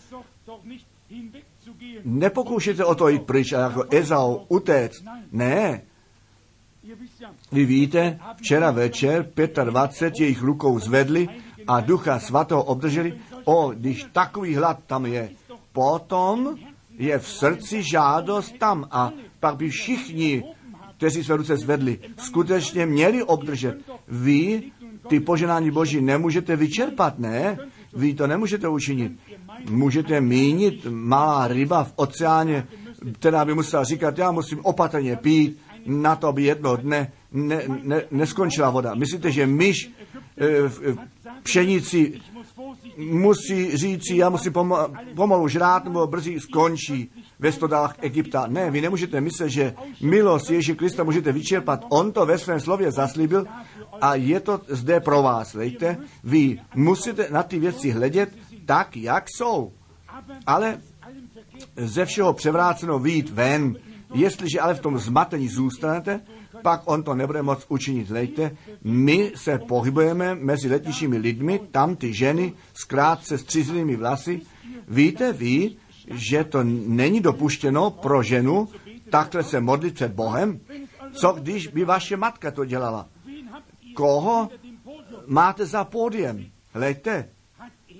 Nepokoušejte o to jít pryč a jako Ezau utéct. Ne. Vy víte, včera večer dvacet pět jejich rukou zvedli a Ducha Svatého obdrželi. O, když takový hlad tam je, potom je v srdci žádost tam a pak by všichni, kteří své ruce zvedli, skutečně měli obdržet. Vy ty poženání Boží nemůžete vyčerpat, ne? Vy to nemůžete učinit. Můžete mínit malá ryba v oceáně, která by musela říkat, já musím opatrně pít, na to, aby jednoho dne ne, ne, neskončila voda. Myslíte, že myš e, v pšenici musí říci, já musím pomalu, pomalu žrát, nebo brzy skončí ve stodách Egypta. Ne, vy nemůžete myslet, že milost Ježíše Krista můžete vyčerpat. On to ve svém slově zaslíbil a je to zde pro vás. Lejte, vy musíte na ty věci hledět tak, jak jsou. Ale ze všeho převráceno vyjít ven. Jestliže ale v tom zmatení zůstanete, pak on to nebude moc učinit. Lejte, my se pohybujeme mezi letničními lidmi, tam ty ženy s krátce střízlými vlasy. Víte vy, že to není dopuštěno pro ženu takhle se modlit před Bohem? Co když by vaše matka to dělala? Koho máte za pódiem? Lejte,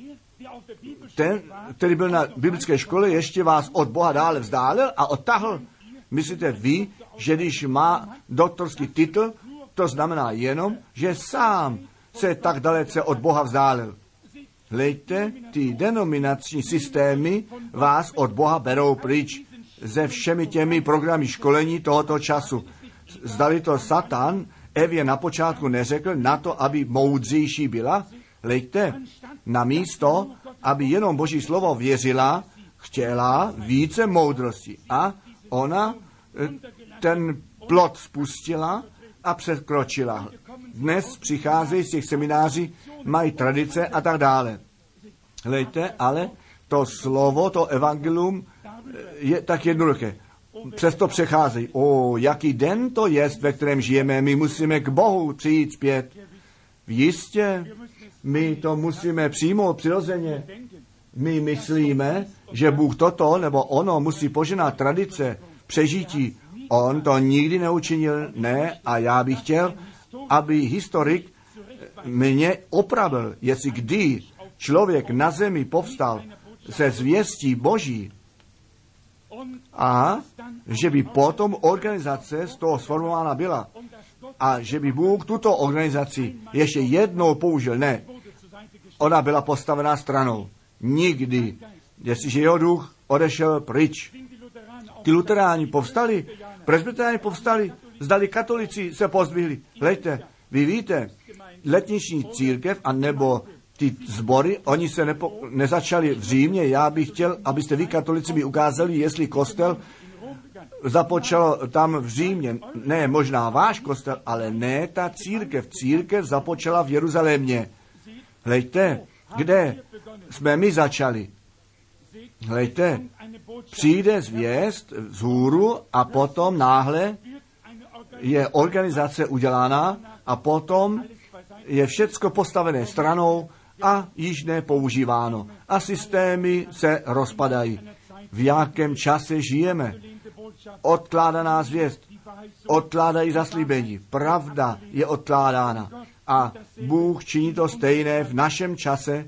ten, který byl na biblické škole, ještě vás od Boha dále vzdálil a odtahl. Myslíte vy, že když má doktorský titul, to znamená jenom, že sám se tak dalece od Boha vzdálil. Hlejte, ty denominační systémy vás od Boha berou pryč se všemi těmi programy školení tohoto času. Zdali to Satan Evě na počátku neřekl na to, aby moudřejší byla? Hlejte, na místo, aby jenom Boží slovo věřila, chtěla více moudrosti. A ona ten plot spustila a překročila. Dnes přicházejí z těch semináří, mají tradice a tak dále. Hlejte, ale to slovo, to evangelium je tak jednoduché. Přesto přecházejí. O, jaký den to je, ve kterém žijeme, my musíme k Bohu přijít zpět. Jistě, my to musíme přijmout přirozeně. My myslíme, že Bůh toto nebo ono musí poženat tradice, přežití. On to nikdy neučinil, ne, a já bych chtěl, aby historik mě opravil, jestli kdy člověk na zemi povstal se zvěstí Boží a že by potom organizace z toho sformována byla a že by Bůh tuto organizaci ještě jednou použil, ne, ona byla postavená stranou. Nikdy, jestliže jeho duch odešel pryč. Ty luteráni povstali, presbyteráni povstali, zdali katolici se pozdvihli. Hlejte, vy víte, letniční církev, anebo ty sbory, oni se nepo, nezačali v Římě. Já bych chtěl, abyste vy katolici mi ukázali, jestli kostel započal tam v Římě. Ne, možná váš kostel, ale ne ta církev. Církev započala v Jeruzalémě. Hlejte, kde jsme my začali? Hlejte, přijde zvěst vzhůru a potom náhle je organizace udělána a potom je všecko postavené stranou a již nepoužíváno. A systémy se rozpadají. V jakém čase žijeme? Odkládaná zvěst, odkládají zaslíbení. Pravda je odkládána. A Bůh činí to stejné v našem čase.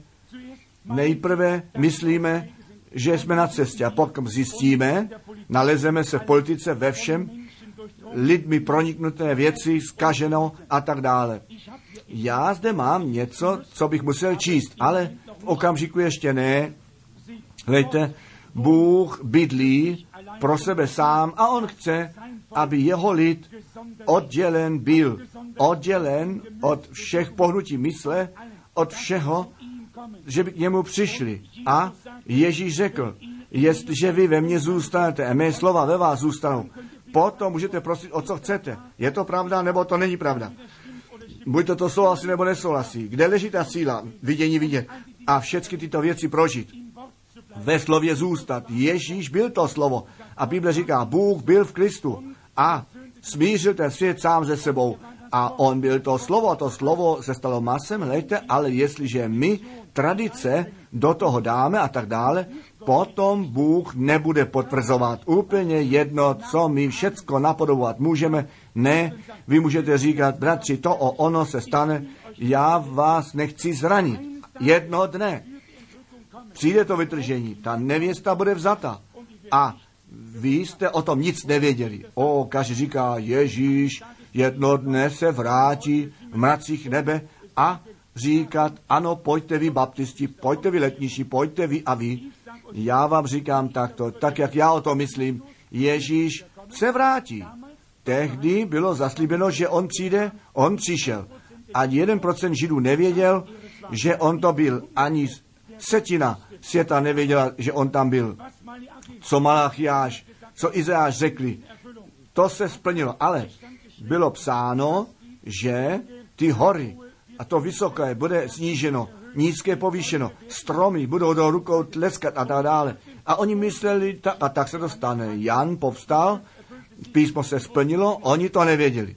Nejprve myslíme, že jsme na cestě a pokud zjistíme, nalezeme se v politice ve všem, lidmi proniknuté věci, zkaženo a tak dále. Já zde mám něco, co bych musel číst, ale v okamžiku ještě ne. Hlejte, Bůh bydlí pro sebe sám a on chce, aby jeho lid oddělen byl. Oddělen od všech pohnutí mysle, od všeho, že by k němu přišli. A Ježíš řekl, jestliže vy ve mně zůstanete a mé slova ve vás zůstanou, potom můžete prosit, o co chcete. Je to pravda, nebo to není pravda? Buď to to souhlasí, nebo nesouhlasí. Kde leží ta síla? Vidění vidět. A všechny tyto věci prožít. Ve slově zůstat. Ježíš byl to slovo. A Bible říká, Bůh byl v Kristu a smířil ten svět sám ze sebou. A on byl to slovo, to slovo se stalo masem, hlejte, ale jestliže my tradice do toho dáme a tak dále, potom Bůh nebude potvrzovat. Úplně jedno, co my všecko napodobovat můžeme. Ne, vy můžete říkat, bratři, to o ono se stane, já vás nechci zranit. Jedno dne přijde to vytržení, ta nevěsta bude vzata a vy jste o tom nic nevěděli. O, každý říká, Ježíš jedno dne se vrátí v mracích nebe a říkat, ano, pojďte vy baptisti, pojďte vy letniši, pojďte vy a vy. Já vám říkám takto, tak jak já o tom myslím, Ježíš se vrátí. Tehdy bylo zaslíbeno, že on přijde, on přišel. Ani jeden procent Židů nevěděl, že on to byl. Ani setina světa nevěděla, že on tam byl. Co Malachiáš, co Izajáš řekli, to se splnilo. Ale bylo psáno, že ty hory a to vysoké bude sníženo, nízké povýšeno, stromy budou do rukou tleskat a tak dále. A oni mysleli, ta, a tak se to stane. Jan povstal, písmo se splnilo, oni to nevěděli.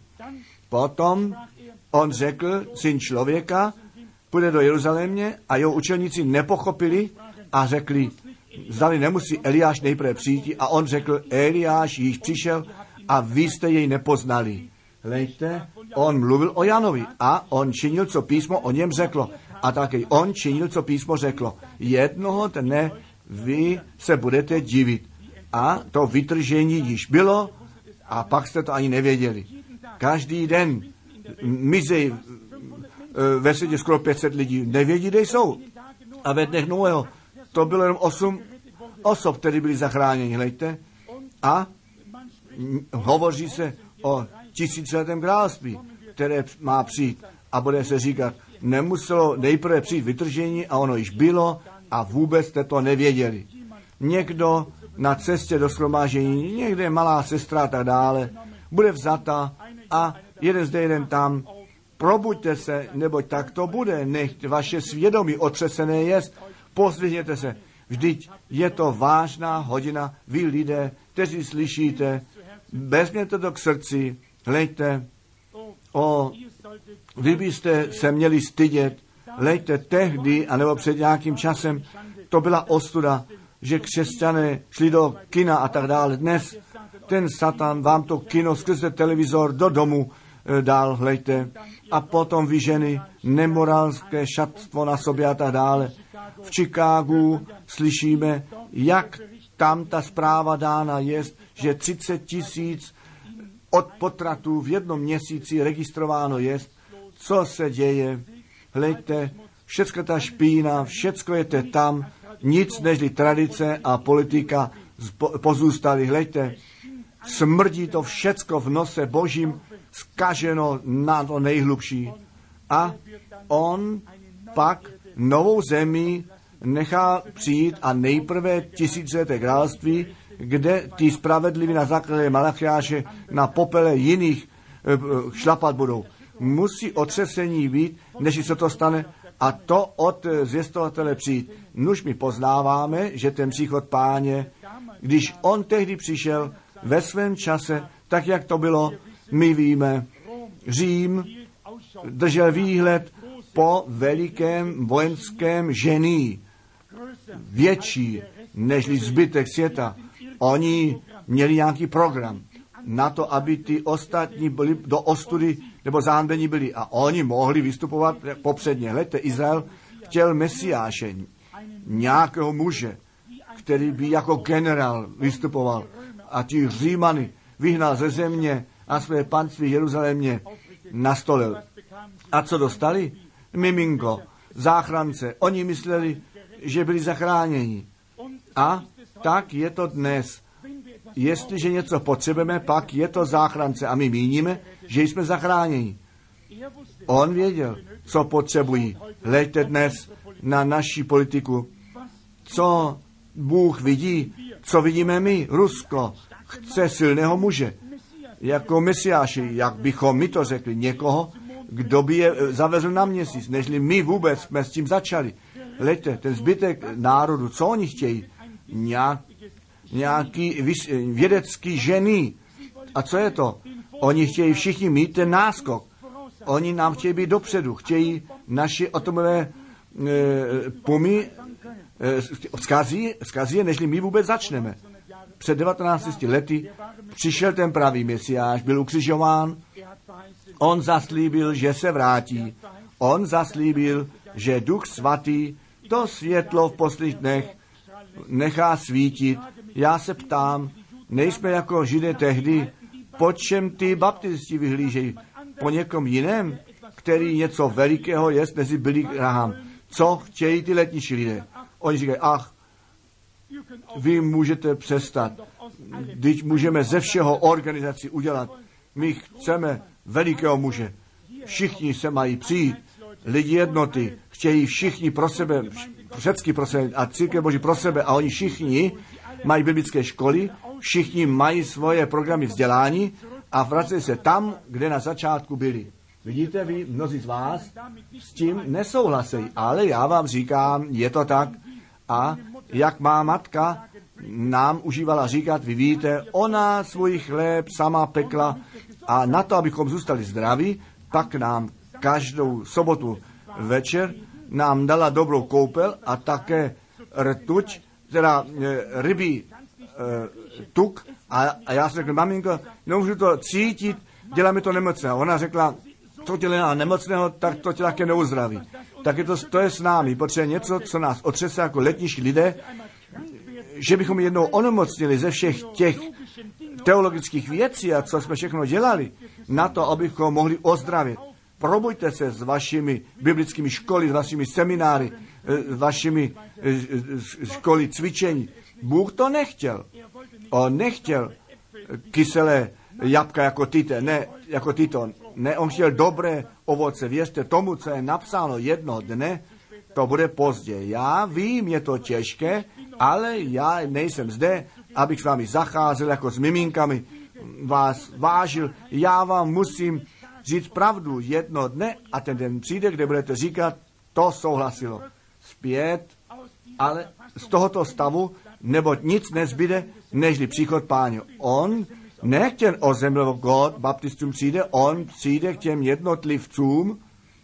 Potom on řekl, syn člověka půjde do Jeruzalémě a jeho učeníci nepochopili a řekli, zdali nemusí Eliáš nejprve přijít a on řekl, Eliáš již přišel a vy jste jej nepoznali. Hlejte, on mluvil o Janovi a on činil, co písmo o něm řeklo. A také on činil, co písmo řeklo. Jednoho dne vy se budete divit. A to vytržení již bylo a pak jste to ani nevěděli. Každý den mizej ve světě skoro pět set lidí. Nevědí, kde jsou. A ve dnech Noého to bylo jenom osm osob, které byly zachráněni. Hlejte. A hovoří se o tisíciletém království, které má přijít. A bude se říkat, nemuselo nejprve přijít vytržení a ono již bylo a vůbec jste to nevěděli. Někdo na cestě do shromáždění, někde malá sestra a tak dále, bude vzata a jeden zde, jeden tam. Probuďte se, neboť tak to bude, nech vaše svědomí otřesené jest. Pozdvihněte se, vždyť je to vážná hodina, vy lidé, kteří slyšíte, vezměte to k srdci, hleďte, o, vy byste se měli stydět, hleďte tehdy, anebo před nějakým časem, to byla ostuda, že křesťané šli do kina a tak dále. Dnes ten Satan vám to kino skrze televizor do domu e, dal, hleďte, a potom vy ženy nemorálské šatstvo na sobě a tak dále. V Chicagu slyšíme, jak tam ta zpráva dána je, že třicet tisíc od potratů v jednom měsíci registrováno je. Co se děje? Hleďte, všecko ta špína, všecko je tam, nic nežli tradice a politika pozůstaly. Hleďte, smrdí to všecko v nose Božím, zkaženo na to nejhlubší. A on pak novou zemi nechá přijít a nejprve tisícileté království, kde ty spravedliví na základě Malachiáše na popele jiných e, šlapat budou. Musí otřesení být, než se to stane, a to od zvěstovatele přijít. Nuž my poznáváme, že ten příchod Páně, když on tehdy přišel ve svém čase, tak jak to bylo, my víme, Řím držel výhled po velikém vojenském žení, větší nežli zbytek světa. Oni měli nějaký program na to, aby ty ostatní byli do ostudy nebo záhanbení byli a oni mohli vystupovat popředně. Hleďte, Izrael chtěl Mesiáše, nějakého muže, který by jako generál vystupoval a ti Římany vyhnal ze země a své panství Jeruzalémě nastolil. A co dostali? Miminko, záchrance. Oni mysleli, že byli zachráněni. A tak je to dnes. Jestliže něco potřebujeme, pak je to záchrance. A my míníme, že jsme zachráněni. On věděl, co potřebují. Hleďte dnes na naši politiku. Co Bůh vidí, co vidíme my. Rusko chce silného muže. Jako Mesiáši, jak bychom my to řekli, někoho, kdo by je zavezl na měsíc, nežli my vůbec jsme s tím začali. Hleďte, ten zbytek národu, co oni chtějí? Nějak, nějaký vědecký žení. A co je to? Oni chtějí všichni mít ten náskok. Oni nám chtějí být dopředu. Chtějí naši atomové e, pumy e, zkazí, zkazí je, nežli my vůbec začneme. Před devatenácti lety přišel ten pravý Mesiáš, byl ukřižován. On zaslíbil, že se vrátí. On zaslíbil, že Duch Svatý to světlo v posledních dnech nechá svítit. Já se ptám, nejsme jako Židé tehdy, po čem ty baptisti vyhlížejí? Po někom jiném, který něco velikého jest mezi Billy Graham. Co chtějí ty letniční lidé? Oni říkají, ach, vy můžete přestat. Když můžeme ze všeho organizaci udělat. My chceme velikého muže. Všichni se mají přijít. Lidi jednoty chtějí všichni pro sebe, všechny pro sebe a církev Boží pro sebe a oni všichni mají biblické školy, všichni mají svoje programy vzdělání a vracejí se tam, kde na začátku byli. Vidíte vy, mnozí z vás s tím nesouhlasejí, ale já vám říkám, je to tak. A jak má matka nám užívala říkat, vy víte, ona svůj chléb sama pekla a na to, abychom zůstali zdraví, pak nám každou sobotu večer nám dala dobrou koupel a také rtuť, teda e, rybí e, tuk a, a já jsem řekl, maminko, nemůžu to cítit, dělá mi to nemocného. Ona řekla, to tě nemocného, tak to tě také neuzdraví. tak je to, to je s námi. Potřebuje něco, co nás otřese jako letnější lidé, že bychom jednou onemocnili ze všech těch teologických věcí a co jsme všechno dělali, na to, abychom mohli ozdravit. Probuďte se s vašimi biblickými školy, s vašimi semináry, s vašimi školy cvičení. Bůh to nechtěl. On nechtěl kyselé jabka jako tyto, ne, jako tyto. Ne, on chtěl dobré ovoce. Věřte tomu, co je napsáno jednoho dne, to bude pozdě. Já vím, je to těžké, ale já nejsem zde, abych s vámi zacházel jako s miminkami, vás vážil. Já vám musím říct pravdu jedno dne a ten den přijde, kde budete říkat, to souhlasilo. Zpět, ale z tohoto stavu, neboť nic nezbyde, nežli příchod Páně. On ne k těm ozemlou God, baptistům přijde, on přijde k těm jednotlivcům.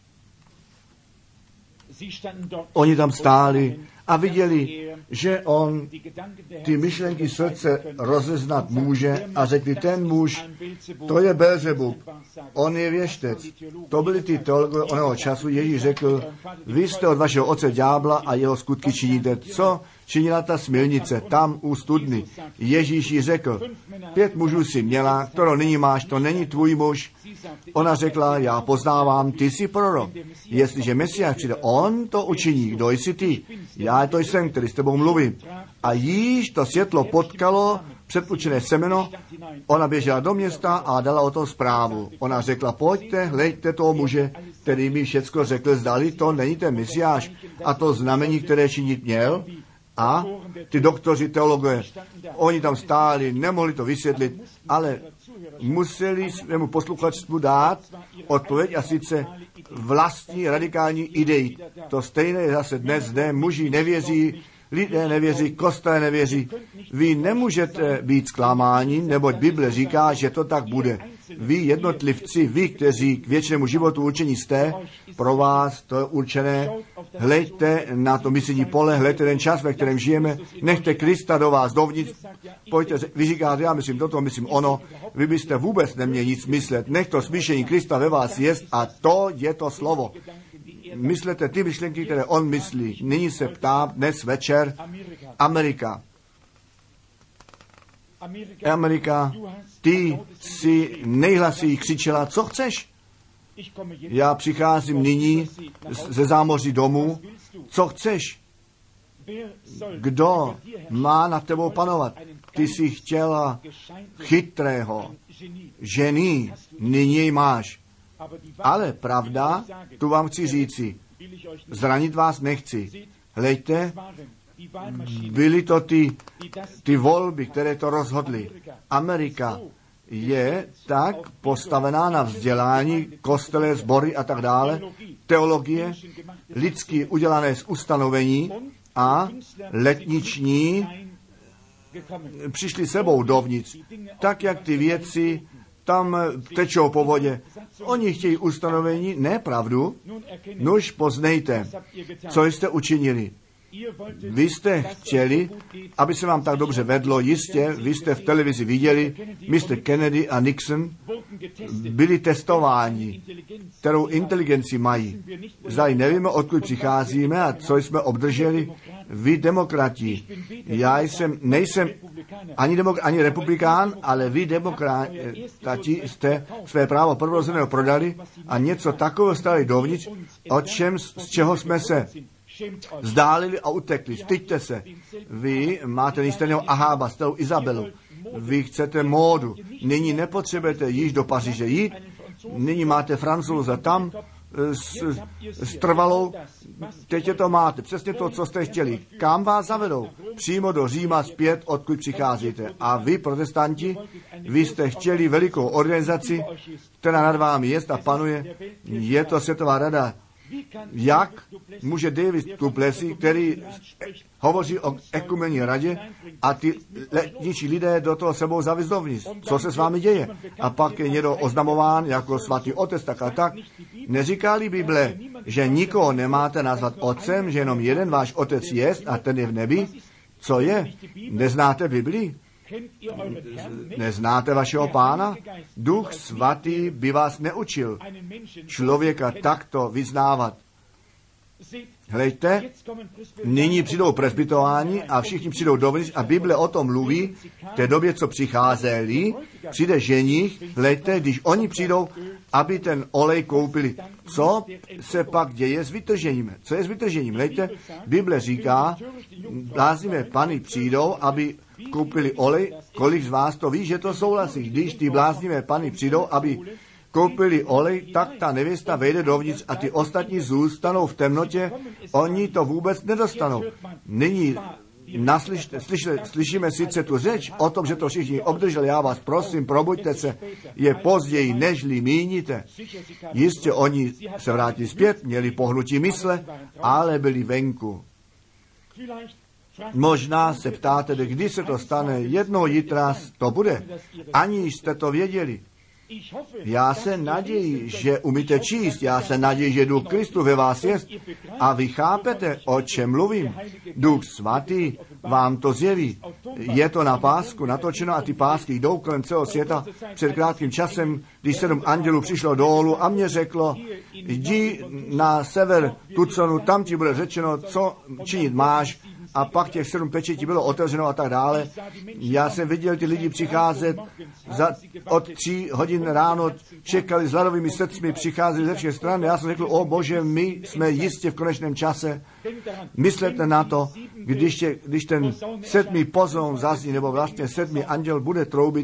Oni tam stáli a viděli, že on ty myšlenky srdce rozeznat může a řekli, ten muž, to je Belzebub, on je věštec. To byli ty teologové oného času. Ježíš řekl, vy jste od vašeho otce ďábla a jeho skutky činíte. Co činila ta smilnice tam u studny? Ježíš jí řekl, pět mužů si měla, kterou nyní máš, to není tvůj muž. Ona řekla, já poznávám, ty jsi prorok. Jestliže Mesiáš přijde, on to učiní. Kdo jsi ty? Já to jsem, který s tebou mluvím. A již to světlo potkalo předpučené semeno, ona běžela do města a dala o tom zprávu. Ona řekla, pojďte, hleďte toho muže, který mi všecko řekl, zdali to není ten Mesiáš a to znamení, které činit měl. A ty doktoři, teologové, oni tam stáli, nemohli to vysvětlit, ale museli svému posluchačstvu dát odpověď a sice vlastní radikální idei. To stejné je zase dnes zde, muži nevěří, lidé nevěří, kostelé nevěří. Vy nemůžete být zklamáni, neboť Bible říká, že to tak bude. Vy jednotlivci, vy, kteří k věčnému životu určení jste, pro vás to je určené. Hleďte na to misijní pole, hleďte ten čas, ve kterém žijeme, nechte Krista do vás dovnitř. Pojďte, vy říkáte, já myslím toto, myslím ono, vy byste vůbec neměli nic myslet. Nech to smýšlení Krista ve vás jest a to je to slovo. Myslete ty myšlenky, které on myslí. Nyní se ptám dnes večer Amerika. Amerika, ty si nejhlasněji křičela, co chceš? Já přicházím nyní ze zámoří domů, co chceš? Kdo má nad tebou panovat? Ty jsi chtěla chytrého, ženy, nyní jej máš. Ale pravda, tu vám chci říci, zranit vás nechci. Hleďte, byly to ty, ty volby, které to rozhodly. Amerika je tak postavená na vzdělání, kostele, sbory a tak dále, teologie, lidsky udělané z ustanovení a letniční přišli sebou dovnitř. Tak, jak ty věci tam tečou po vodě. Oni chtějí ustanovení, ne pravdu. Nuž poznejte, co jste učinili. Vy jste chtěli, aby se vám tak dobře vedlo, jistě, vy jste v televizi viděli, mister Kennedy a Nixon byli testováni, kterou inteligenci mají. Zdali nevíme, odkud přicházíme a co jsme obdrželi. Vy demokrati, já jsem, nejsem ani, demok- ani republikán, ale vy demokrati jste své právo prvorozeného prodali a něco takového stali dovnitř, o čem, z čeho jsme se vzdálili a utekli. Styďte se. Vy máte nejstejného Ahába, starou Izabelu. Vy chcete módu. Nyní nepotřebujete již do Paříže jít. Nyní máte Francouze tam s, s trvalou. Teď je to máte. Přesně to, co jste chtěli. Kam vás zavedou? Přímo do Říma zpět, odkud přicházíte. A vy, protestanti, vy jste chtěli velikou organizaci, která nad vámi jest a panuje. Je to Světová rada. Jak může David Duplessis, který hovoří o ekumenní radě a ty letničí lidé do toho sebou zavízt dovnitř? Co se s vámi děje? A pak je někdo oznamován jako svatý otec, tak a tak. Neříká-li Bible, že nikoho nemáte nazvat otcem, že jenom jeden váš otec jest a ten je v nebi? Co je? Neznáte Biblii? Neznáte vašeho Pána? Duch svatý by vás neučil člověka takto vyznávat. Hleďte, nyní přijdou presbytováni a všichni přijdou dovnitř a Bible o tom mluví, v té době, co přicházeli, přijde ženich, hleďte, když oni přijdou, aby ten olej koupili. Co se pak děje s vytržením? Co je s vytržením? Hleďte, Bible říká, bláznivé pany přijdou, aby koupili olej. Kolik z vás to ví, že to souhlasí? Když ty bláznivé pany přijdou, aby koupili olej, tak ta nevěsta vejde dovnitř a ty ostatní zůstanou v temnotě, oni to vůbec nedostanou. Nyní naslyšte, slyšle, slyšíme sice tu řeč o tom, že to všichni obdrželi, já vás prosím, probuďte se, je později, nežli míníte. Jistě oni se vrátili zpět, měli pohnutí mysle, ale byli venku. Možná se ptáte, kdy se to stane, jednou jitra to bude, aniž jste to věděli. Já se naději, že umíte číst, já se naději, že Duch Kristu ve vás je a vy chápete, o čem mluvím. Duch Svatý vám to zjeví. Je to na pásku natočeno a ty pásky jdou kolem celého světa. Před krátkým časem, když sedm andělů přišlo dolů a mě řeklo, jdi na sever Tucsonu, tam ti bude řečeno, co činit máš. A pak těch sedm pečetí bylo otevřeno a tak dále. Já jsem viděl ty lidi přicházet za, od tří hodin ráno, čekali s hladovými srdcmi, přicházeli ze všech stran. Já jsem řekl, o Bože, my jsme jistě v konečném čase. Myslete na to, když, je, když ten sedmý pozvon zazní, nebo vlastně sedmý anděl bude troubit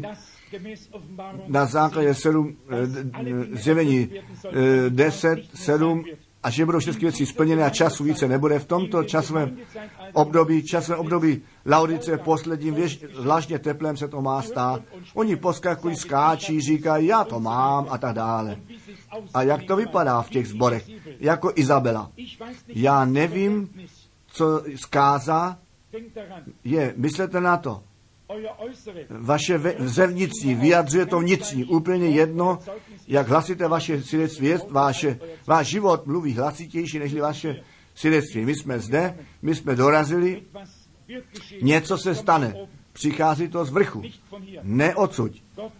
na základě sedm, zjevení deset, sedm, a že budou všechny věci splněny a času více nebude. V tomto časovém období, časovém období Laodice posledním věž, zvláštně teplem se to má stát. Oni poskakují, skáčí, říkají, já to mám a tak dále. A jak to vypadá v těch zborech? Jako Izabela. Já nevím, co zkázá, je, myslete na to. Vaše zevnitřní vyjadřuje to vnitřní. Úplně jedno, jak hlasité vaše svědectví je, vaše, váš život mluví hlasitější než vaše svědectví. My jsme zde, my jsme dorazili, něco se stane. Přichází to z vrchu, ne odsud.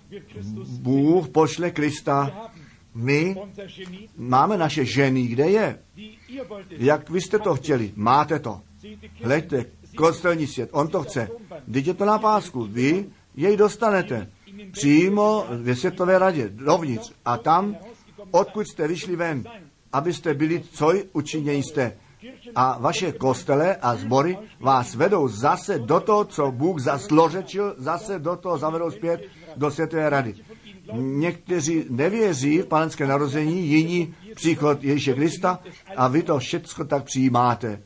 Bůh pošle Krista. My máme naše ženy, kde je? Jak vy jste to chtěli? Máte to. Hleďte, kostelní svět, on to chce. Vždyť je to na pásku, vy jej dostanete přímo ve světové radě, dovnitř. A tam, odkud jste vyšli ven, abyste byli, co učinění jste. A vaše kostele a sbory vás vedou zase do toho, co Bůh zasložečil, zase do toho zavedou zpět do světové rady. Někteří nevěří v panenské narození, jiní příchod Ježíše Krista a vy to všechno tak přijímáte.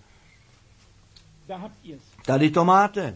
Tady to máte.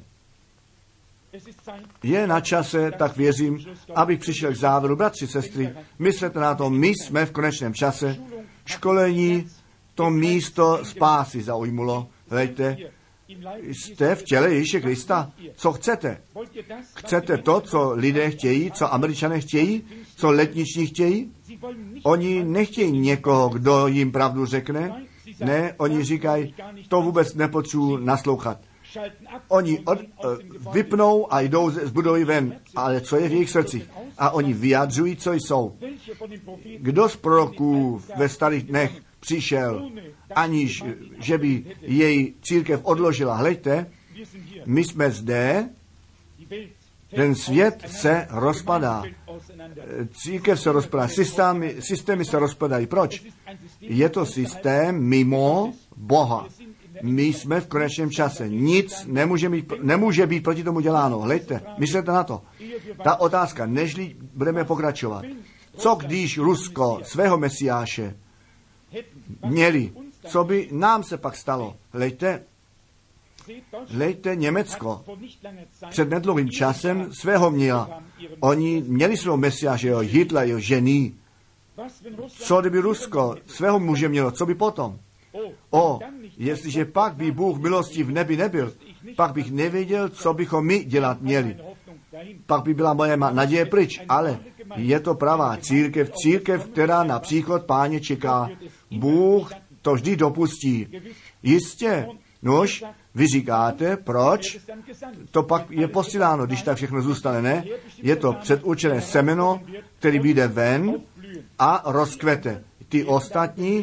Je na čase, tak věřím, abych přišel k závěru. Bratři, sestry, myslete na to, my jsme v konečném čase. Školení, to místo spásy zaujmulo. Hleďte, jste v těle Ježíše Krista. Co chcete? Chcete to, co lidé chtějí, co Američané chtějí, co letniční chtějí? Oni nechtějí někoho, kdo jim pravdu řekne. Ne, oni říkají, to vůbec nepotřebuji naslouchat. Oni od, vypnou a jdou z budovy ven, ale co je v jejich srdcích? A oni vyjadřují, co jsou. Kdo z proroků ve starých dnech přišel, aniž že by její církev odložila? Hleďte, my jsme zde, ten svět se rozpadá. Církev se rozpadá, systémy, systémy se rozpadají. Proč? Je to systém mimo Boha. My jsme v konečném čase. Nic nemůže být, nemůže být proti tomu děláno. Hleďte, myslete na to. Ta otázka, nežli budeme pokračovat. Co když Rusko svého mesiáše měli? Co by nám se pak stalo? Hleďte, hleďte Německo. Před nedlouhým časem svého měla. Oni měli svého mesiáše, jeho Hitler, jeho žení. Co kdyby Rusko svého muže mělo? Co by potom? O, jestliže pak by Bůh milosti v nebi nebyl, pak bych nevěděl, co bychom my dělat měli. Pak by byla moje naděje pryč, ale je to pravá církev, církev, která na příchod Páně čeká. Bůh to vždy dopustí. Jistě, nož, vy říkáte, proč? To pak je posíláno, když tak všechno zůstane, ne? Je to předurčené semeno, který vyjde ven a rozkvete. Ty ostatní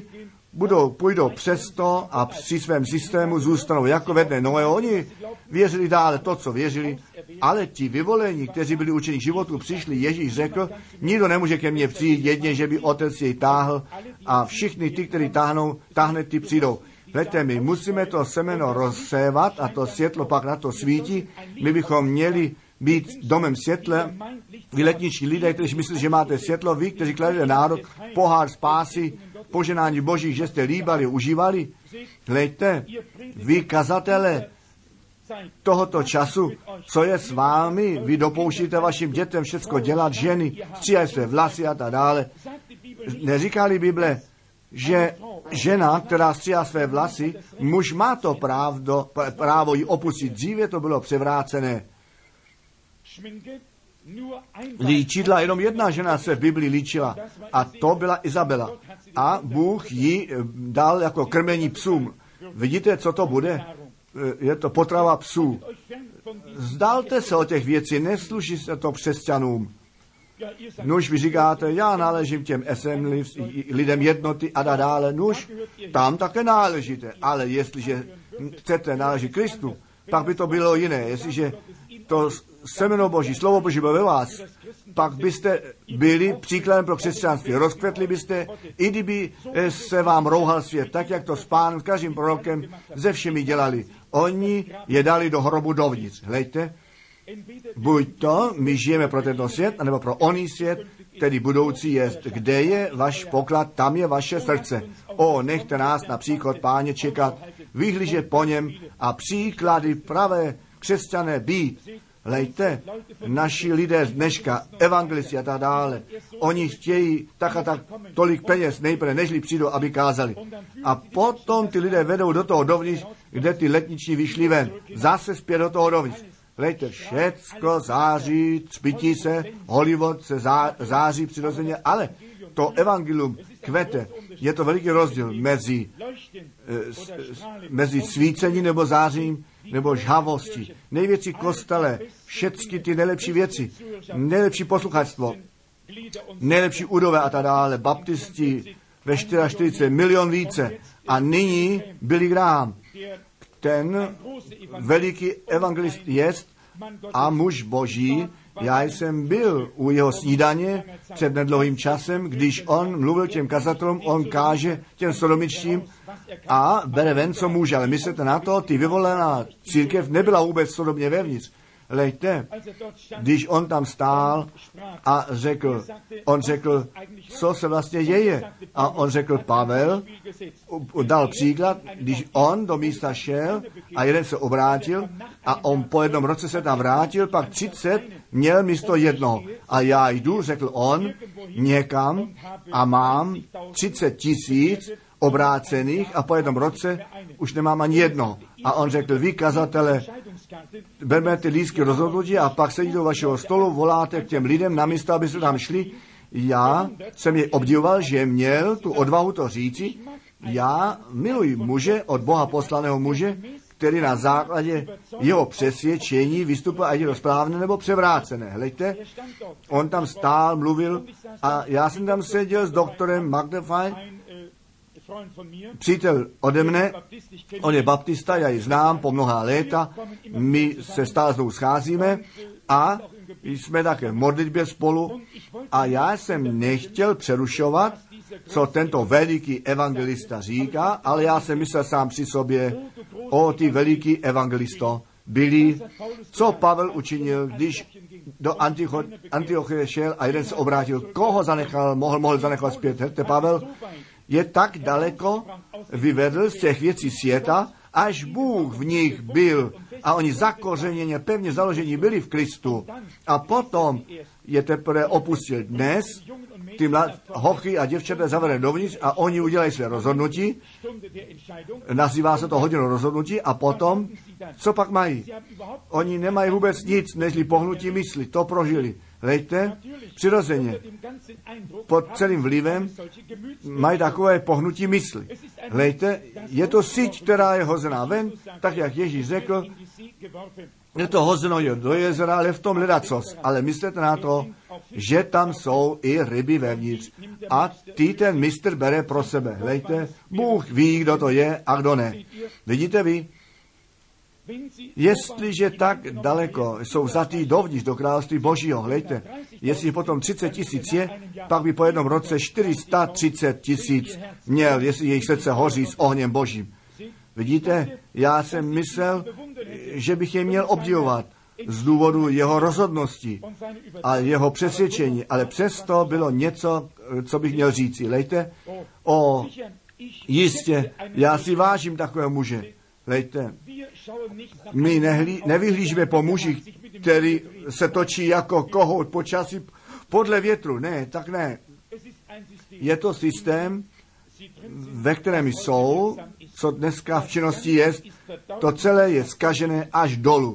budou, půjdou přesto a při svém systému zůstanou jako ve dne Noého. Oni věřili dále to, co věřili, ale ti vyvolení, kteří byli učeni k životu, přišli, Ježíš řekl, nikdo nemůže ke mně přijít, jedně, že by otec jej táhl a všichni ty, kteří táhnou, táhne, ty přijdou. Hleďte, my musíme to semeno rozsévat a to světlo pak na to svítí. My bychom měli být domem světle. Vy letničtí lidé, kteří myslí, že máte světlo, vy, kteří kladete národ, pohár spásy, poženání Boží, že jste líbali, užívali. Hleďte, vy kazatele tohoto času, co je s vámi, vy dopouštíte vašim dětem všecko dělat, ženy, stříhají své vlasy a tak dále. Neříkali Bible, že žena, která stříhá své vlasy, muž má to právo, právo ji opustit. Dříve to bylo převrácené. Líčidla, jenom jedna žena se v Biblii líčila a to byla Izabela. A Bůh ji dal jako krmení psům. Vidíte, co to bude? Je to potrava psů. Zdalte se o těch věcí, nesluší se to křesťanům. Nuž vy říkáte, já náležím těm esemlivs, lidem jednoty a dále. Nuž, tam také náležíte. Ale jestliže chcete náležit Kristu, pak by to bylo jiné. Jestliže to semeno Boží, slovo Boží bylo ve vás, pak byste byli příkladem pro křesťanství. Rozkvetli byste, i kdyby se vám rouhal svět, tak jak to s Pánem, s každým prorokem, ze všemi dělali. Oni je dali do hrobu dovnitř. Hleďte, buď to, my žijeme pro tento svět, anebo pro oný svět, který budoucí jest. Kde je váš poklad, tam je vaše srdce. O, nechte nás na příchod Páně čekat, vyhlížet po něm a příklady pravé křesťané být. Lejte, naši lidé z dneška, evangelisti a tak dále, oni chtějí tak a tak tolik peněz nejprve, nežli přijdou, aby kázali. A potom ty lidé vedou do toho dovnitř, kde ty letniční vyšli ven. Zase zpět do toho dovnitř. Lejte, všecko září, třpití se, Hollywood se zá, září přirozeně, ale to evangelium kvete. Je to veliký rozdíl mezi, e, mezi svícení nebo zářím nebo žhavostí. Největší kostele, všechny ty nejlepší věci, nejlepší posluchačstvo, nejlepší udové a tak dále, baptisti ve čtyřicet čtyři, milion více. A nyní Billy Graham, ten veliký evangelist jest a muž Boží. Já jsem byl u jeho snídaně před nedlouhým časem, když on mluvil těm kazatelům, on káže těm sodomičtím a bere ven, co může. Ale myslíte na to, ty vyvolená církev nebyla vůbec sodomně vevnitř. Lejte, když on tam stál a řekl, on řekl, co se vlastně děje. A on řekl, Pavel dal příklad, když on do místa šel a jeden se obrátil a on po jednom roce se tam vrátil, pak třicet měl místo jednoho. A já jdu, řekl on, někam a mám třicet tisíc obrácených a po jednom roce už nemám ani jedno. A on řekl, vy kazatele, berete lístky rozhodnutí a pak sedíte u vašeho stolu, voláte k těm lidem na místo, aby se tam šli. Já jsem jej obdivoval, že měl tu odvahu to říci. Já miluji muže, od Boha poslaného muže, který na základě jeho přesvědčení vystupuje, ať je to správné nebo převrácené. Hleďte, on tam stál, mluvil a já jsem tam seděl s doktorem Magdefaj, přítel ode mne, on je baptista, já ji znám po mnoha léta, my se stále znovu scházíme a jsme také v modlitbě spolu a já jsem nechtěl přerušovat, co tento veliký evangelista říká, ale já jsem myslel sám při sobě, o ty veliký evangelisto, byli, co Pavel učinil, když do Antiochie šel a jeden se obrátil, koho zanechal, mohl, mohl zanechat zpět. Herte, Pavel je tak daleko vyvedl z těch věcí světa, až Bůh v nich byl a oni zakořeněně, pevně založení byli v Kristu. A potom je teprve opustil dnes, ty mlad, hochy a děvčata zavede dovnitř a oni udělají své rozhodnutí, nazývá se to hodinu rozhodnutí a potom, co pak mají? Oni nemají vůbec nic, nežli pohnutí mysli, to prožili. Hleďte, přirozeně, pod celým vlivem mají takové pohnutí mysli. Hleďte, je to síť, která je hozená ven, tak jak Ježíš řekl, je to hozeno do jezera, ale v tom ledacos. Ale myslete na to, že tam jsou i ryby vevnitř. A ty ten mistr bere pro sebe. Hejte, Bůh ví, kdo to je a kdo ne. Vidíte vy? Jestliže tak daleko jsou vzatý dovnitř do království Božího, hejte, jestli potom třicet tisíc je, pak by po jednom roce čtyři sta třicet tisíc měl, jestli jejich srdce hoří s ohněm Božím. Vidíte, já jsem myslel, že bych je měl obdivovat z důvodu jeho rozhodnosti a jeho přesvědčení, ale přesto bylo něco, co bych měl říci. Lejte, o, jistě, já si vážím takového muže. Lejte, my nehlí, nevyhlížíme po muži, který se točí jako kohout počasí podle větru. Ne, tak ne. Je to systém, ve kterém jsou, co dneska v činnosti je, to celé je zkažené až dolů.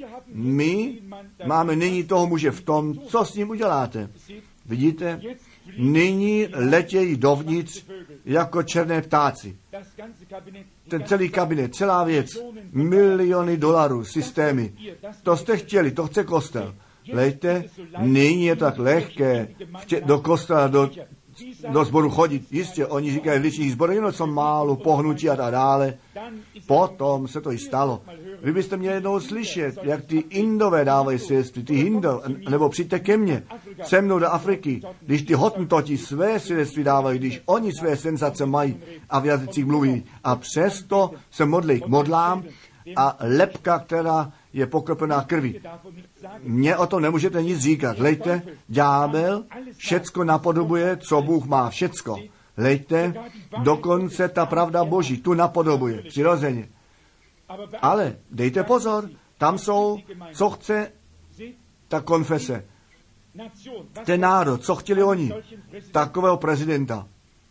My máme nyní toho muže v tom, co s ním uděláte. Vidíte? Nyní letějí dovnitř jako černé ptáci. Ten celý kabinet, celá věc, miliony dolarů, systémy. To jste chtěli, to chce kostel. Lejte, nyní je tak lehké do kostela, do, do sboru chodit. Jistě, oni říkají v ličních sborech, jenom co málo pohnutí a tak dále. Potom se to i stalo. Vy byste měli jednou slyšet, jak ty Indové dávají svědectví, ty Hindové, nebo přijďte ke mně, se mnou do Afriky, když ty Hottentoti své svědectví dávají, když oni své senzace mají a v jazycích mluví. A přesto se modlí k modlám a lebka, která je pokropená krví. Mně o tom nemůžete nic říkat. Lejte, ďábel všecko napodobuje, co Bůh má, všecko. Lejte, dokonce ta pravda Boží tu napodobuje, přirozeně. Ale dejte pozor, tam jsou, co chce ta konfese. Ten národ, co chtěli oni, takového prezidenta.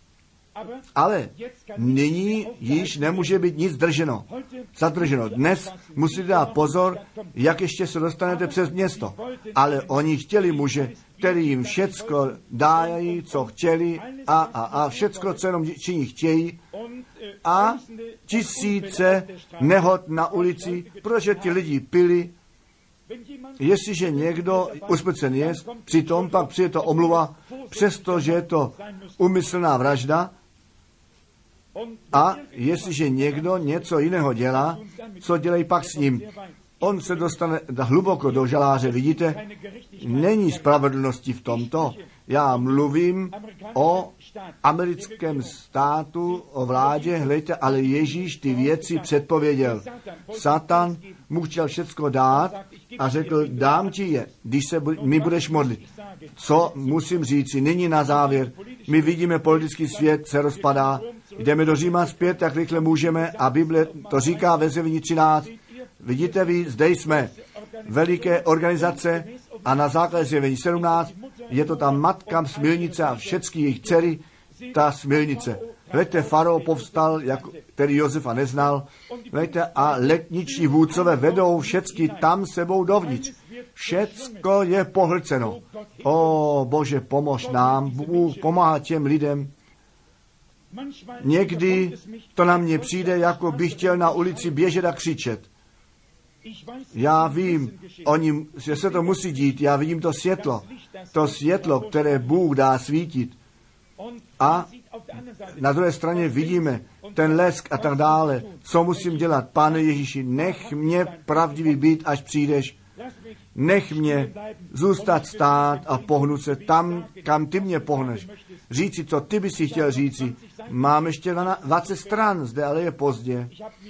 Ale nyní již nemůže být nic drženo, zadrženo. Dnes musíte dát pozor, jak ještě se dostanete přes město. Ale oni chtěli muže, který jim všecko dají, co chtěli a, a, a všecko, co jenom činí chtějí. A tisíce nehod na ulici, protože ti lidi pili. Jestliže někdo usmrcen je, přitom pak přijde to omluva, přestože je to úmyslná vražda. A jestliže někdo něco jiného dělá, co dělají pak s ním? On se dostane hluboko do žaláře, vidíte? Není spravedlnosti v tomto. Já mluvím o americkém státu, o vládě, hledajte, ale Ježíš ty věci předpověděl. Satan mu chtěl všecko dát a řekl, dám ti je, když se mi budeš modlit. Co musím říci, nyní na závěr. My vidíme, politický svět se rozpadá, jdeme do Říma zpět, jak rychle můžeme a Bible to říká ve Zjevení třináct. Vidíte vy, zde jsme, veliké organizace a na základě Zjevení sedmnáct je to ta matka smilnice a všechny jejich dcery, ta smilnice. Hleďte, farao povstal, jako, který Josefa neznal, hleďte, a letniční vůdcové vedou všechny tam sebou dovnitř. Všecko je pohlceno. O Bože, pomož nám, Bůh pomáhá těm lidem. Někdy to na mě přijde, jako bych chtěl na ulici běžet a křičet. Já vím, oni, že se to musí dít, já vidím to světlo, to světlo, které Bůh dá svítit. A na druhé straně vidíme ten lesk a tak dále. Co musím dělat? Pane Ježíši, nech mě pravdivý být, až přijdeš. Nech mě zůstat stát a pohnout se tam, kam ty mě pohneš. Říci, co ty by si chtěl říci. Mám ještě dvacet stran zde, ale je pozdě.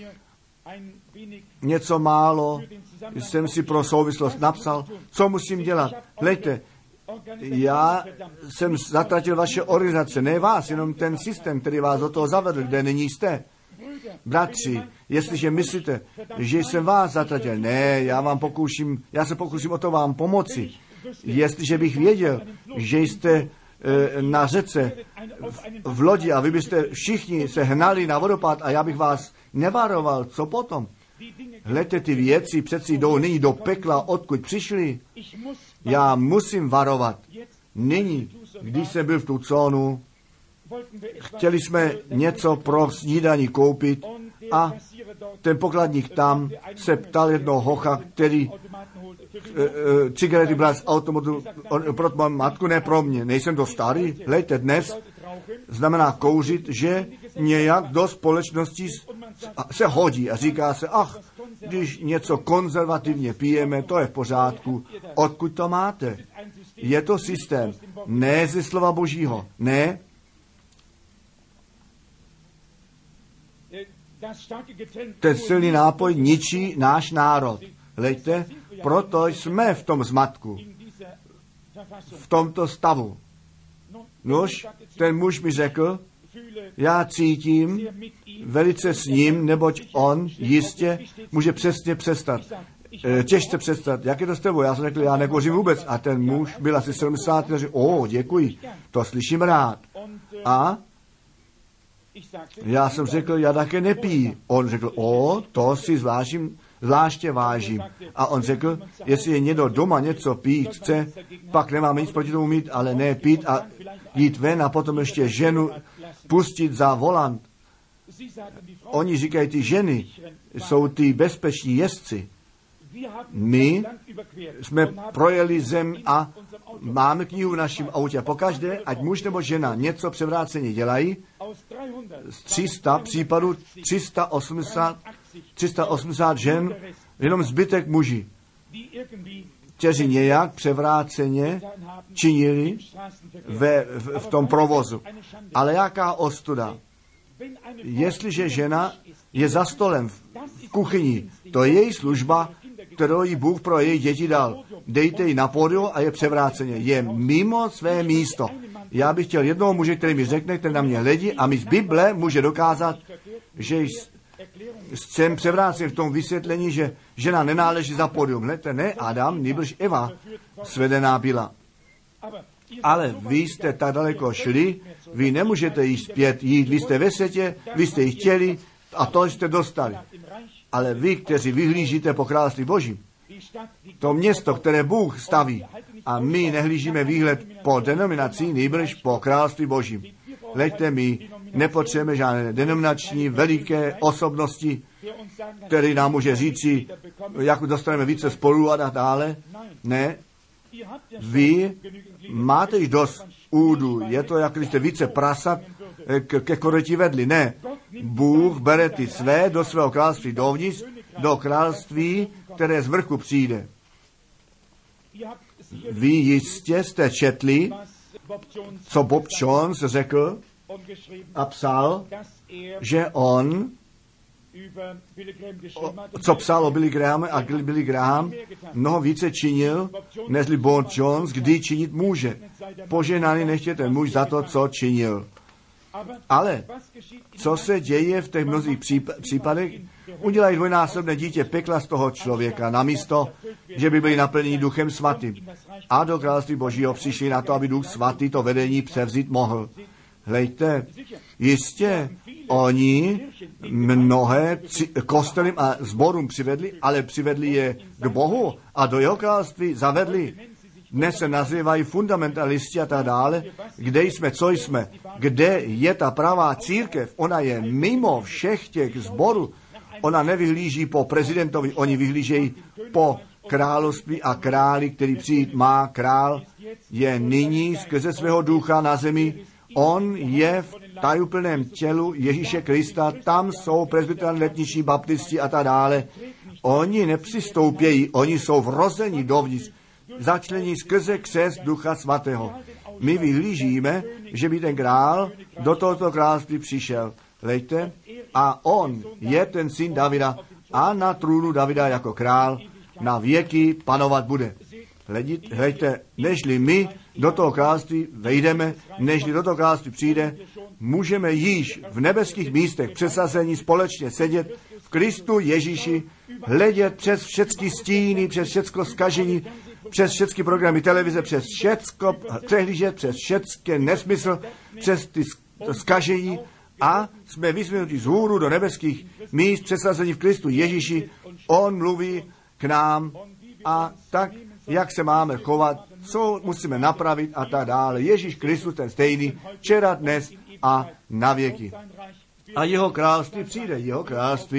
Něco málo jsem si pro souvislost napsal. Co musím dělat? Hleďte, já jsem zatratil vaše organizace, ne vás, jenom ten systém, který vás do toho zavedl, kde nyní jste. Bratři, jestliže myslíte, že jsem vás zatratil, ne, já vám pokouším, já se pokouším o to vám pomoci. Jestliže bych věděl, že jste e, na řece v, v lodi a vy byste všichni se hnali na vodopád a já bych vás nevaroval, co potom? Hledajte, ty věci přeci jdou nyní do pekla, odkud přišli. Já musím varovat. Nyní, když jsem byl v tu zónu, chtěli jsme něco pro snídaní koupit a ten pokladník tam se ptal jednoho hocha, který e, e, cigarety bral z automatu, on, pro mou matku, ne pro mě. Nejsem to starý? Hlejte, dnes znamená kouřit, že nějak do společnosti se hodí a říká se, ach, když něco konzervativně pijeme, to je v pořádku. Odkud to máte? Je to systém, ne ze slova Božího, ne. Ten silný nápoj ničí náš národ. Hlejte, proto jsme v tom zmatku, v tomto stavu. Nož, ten muž mi řekl, já cítím velice s ním, neboť on jistě může přesně přestat. E, těžce přestat. Jak je to s tebou? Já jsem řekl, já nekouřím vůbec. A ten muž byl asi sedmdesát a řekl, o, děkuji, to slyším rád. A já jsem řekl, já také nepiju. On řekl, o, to si zvláštím, zvláště vážím. A on řekl, jestli je někdo doma něco pít chce, pak nemáme nic proti tomu mít, ale ne pít a jít ven a potom ještě ženu pustit za volant. Oni říkají, ty ženy jsou ty bezpeční jezdci. My jsme projeli zem a máme knihu v našem autě. Pokaždé, ať muž nebo žena něco převráceně dělají, z tři sta případů tři sta osmdesát žen, jenom zbytek muži, kteří nějak převráceně činili ve, v, v tom provozu. Ale jaká ostuda. Jestliže žena je za stolem v kuchyni, to je její služba, kterou jí Bůh pro její děti dal. Dejte ji na pódium a je převráceně. Je mimo své místo. Já bych chtěl jednoho muže, který mi řekne, který na mě hledí a mi z Bible může dokázat, že jsem převrácen v tom vysvětlení, že žena nenáleží za pódium. Hlede, ne Adam, nýbrž Eva svedená byla. Ale vy jste tak daleko šli, vy nemůžete jít zpět jít, vy jste ve světě, vy jste ji chtěli a to jste dostali. Ale vy, kteří vyhlížíte po království Božím, to město, které Bůh staví, a my nehlížíme výhled po denominaci, nýbrž po království Božím. Hleďte, my nepotřebujeme žádné denominační veliké osobnosti, které nám může říci, jak dostaneme více spolu a tak dále. Ne, vy máte již dost údu, je to, jak když jste více prasat, k, ke korytí vedli. Ne, Bůh bere ty své do svého království dovnitř, do království, které z vrchu přijde. Vy jistě jste četli, co Bob Jones řekl a psal, že on, co psal o Billy Graham a Billy Graham, mnoho více činil, nežli Bob Jones, kdy činit může. Poženaný nechť je ten muž za to, co činil. Ale co se děje v těch mnozích případech? Udělají dvojnásobné dítě pekla z toho člověka, namísto, že by byli naplněni Duchem Svatým. A do království Božího přišli na to, aby Duch Svatý to vedení převzít mohl. Hlejte, jistě, oni mnohé kostelům a sborům přivedli, ale přivedli je k Bohu a do jeho království zavedli. Dnes se nazývají fundamentalisti a tak dále. Kde jsme, co jsme? Kde je ta pravá církev? Ona je mimo všech těch sborů. Ona nevyhlíží po prezidentovi, oni vyhlížejí po království a králi, který přijít má. Král je nyní skrze svého ducha na zemi. On je v tajuplném tělu Ježíše Krista. Tam jsou presbyterální, letniční, baptisti a tak dále. Oni nepřistoupějí, oni jsou vrození dovnitř, začlení skrze křest Ducha Svatého. My vyhlížíme, že by ten král do tohoto království přišel. Lejte, a on je ten syn Davida a na trůnu Davida jako král na věky panovat bude. Hleďte, nežli my do toho království vejdeme, nežli do toho království přijde, můžeme již v nebeských místech přesazení společně sedět v Kristu Ježíši, hledět přes všechny stíny, přes všechno zkažení, přes všechny programy televize, přes všecko, přehlížet přes všechny nesmysl, přes ty zkažení a jsme vysvětli z hůru do nebeských míst přesazení v Kristu Ježíši. On mluví k nám a tak, jak se máme chovat, co musíme napravit a tak dále. Ježíš Kristus ten stejný, včera, dnes a na věky. A jeho království přijde, jeho království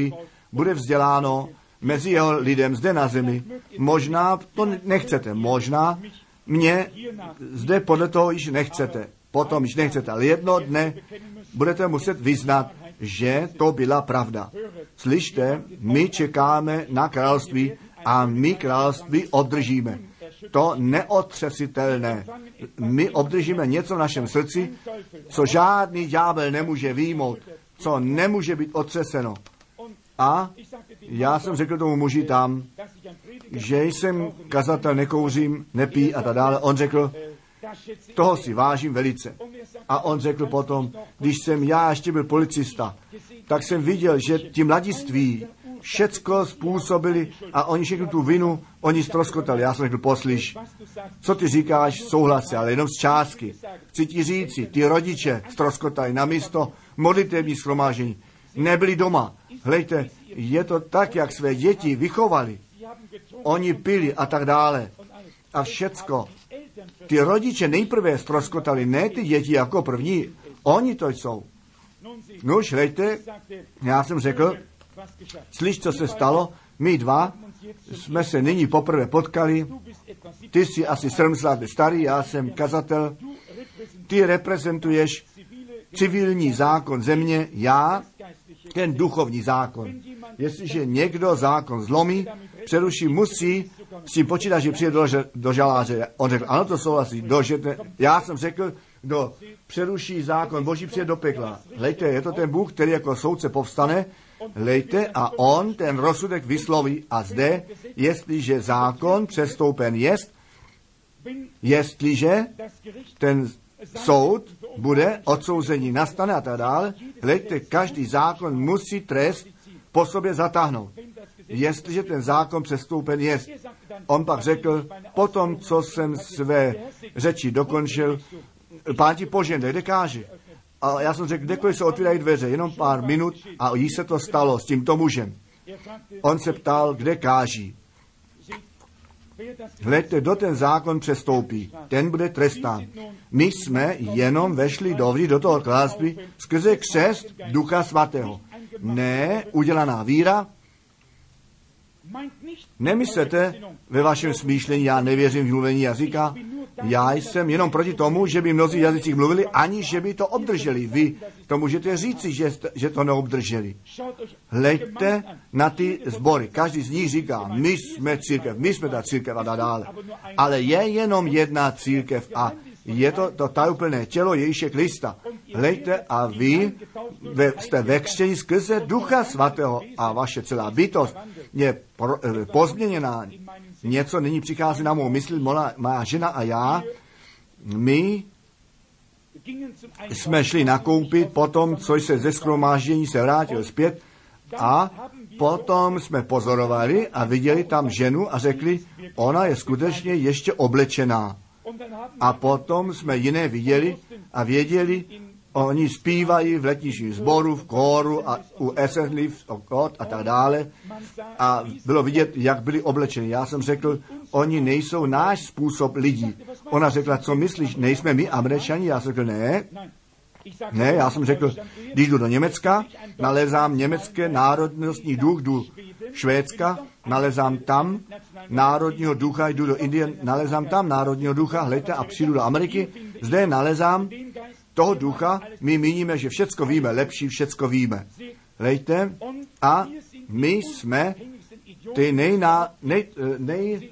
bude vzděláno mezi jeho lidem zde na zemi. Možná to nechcete, možná mě zde podle toho již nechcete, potom již nechcete, ale jedno dne budete muset vyznat, že to byla pravda. Slyšte, my čekáme na království a my království obdržíme. To neotřesitelné. My obdržíme něco v našem srdci, co žádný ďábel nemůže výjmout, co nemůže být otřeseno. A já jsem řekl tomu muži tam, že jsem kazatel, nekouřím, nepí a tak dále. On řekl, toho si vážím velice. A on řekl potom, když jsem já ještě byl policista, tak jsem viděl, že ti mladiství všecko způsobili a oni všechnu tu vinu, oni ztroskotali. Já jsem řekl, poslyš, co ty říkáš, souhlasí, ale jenom z částky. Chci ti říci, ty rodiče ztroskotali na místo modlitevní shromáždění. Nebyli doma. Hlejte, je to tak, jak své děti vychovali. Oni pili a tak dále. A všecko. Ty rodiče nejprve ztroskotali, ne ty děti jako první. Oni to jsou. No už, hlejte, já jsem řekl, slyš, co se stalo, my dva jsme se nyní poprvé potkali, ty jsi asi sedmdesát let starý, já jsem kazatel, ty reprezentuješ civilní zákon země, já ten duchovní zákon. Jestliže někdo zákon zlomí, přeruší, musí s tím počítat, že přijde do, do žaláře. On řekl, ano, to souhlasí. Dožete. Já jsem řekl, kdo přeruší zákon Boží, přijde do pekla. Hlejte, je to ten Bůh, který jako soudce povstane, hlejte, a on ten rozsudek vysloví. A zde, jestliže zákon přestoupen jest, jestliže ten soud bude, odsouzení nastane a tak dále, hlejte, každý zákon musí trest po sobě zatáhnout. Jestliže ten zákon přestoupen jest. On pak řekl, potom, co jsem své řeči dokončil, Pán ti požehnej, kde káže. A já jsem řekl, kdekoliv se otvírají dveře, jenom pár minut a jí se to stalo s tímto mužem. On se ptal, kde káží. Hledte, kdo ten zákon přestoupí, ten bude trestán. My jsme jenom vešli dovnitř do toho království skrze křest Ducha Svatého. Ne udělaná víra. Nemyslete ve vašem smýšlení, já nevěřím v mluvení jazyka. Já jsem jenom proti tomu, že by mnozí jazycích mluvili, ani že by to obdrželi. Vy to můžete říci, že, že to neobdrželi. Hleďte na ty sbory. Každý z nich říká, my jsme církev, my jsme ta církev a dále. Ale je jenom jedna církev a je to to tajuplné tělo Ježíše Krista. Hleďte, a vy ve, jste ve křtění skrze Ducha Svatého a vaše celá bytost je pro, eh, pozměněná. Něco nyní přichází na mou mysl, moja, moja žena a já. My jsme šli nakoupit potom, co se ze shromáždění se vrátil zpět a potom jsme pozorovali a viděli tam ženu a řekli, ona je skutečně ještě oblečená. A potom jsme jiné viděli a věděli, oni zpívají v letničním sboru, v kóru a u Assembly a tak dále. A bylo vidět, jak byli oblečeni. Já jsem řekl, oni nejsou náš způsob lidí. Ona řekla, co myslíš, nejsme my Američani? Já jsem řekl, ne. Ne, já jsem řekl, když jdu do Německa, nalezám německé národnostní duch, jdu Švédska, nalezám tam národního ducha, jdu do Indie, nalezám tam národního ducha, hleďte, a přijdu do Ameriky, zde nalezám toho ducha, my míníme, že všecko víme, lepší všecko víme. Hleďte, a my jsme ty nejná, nej, nej,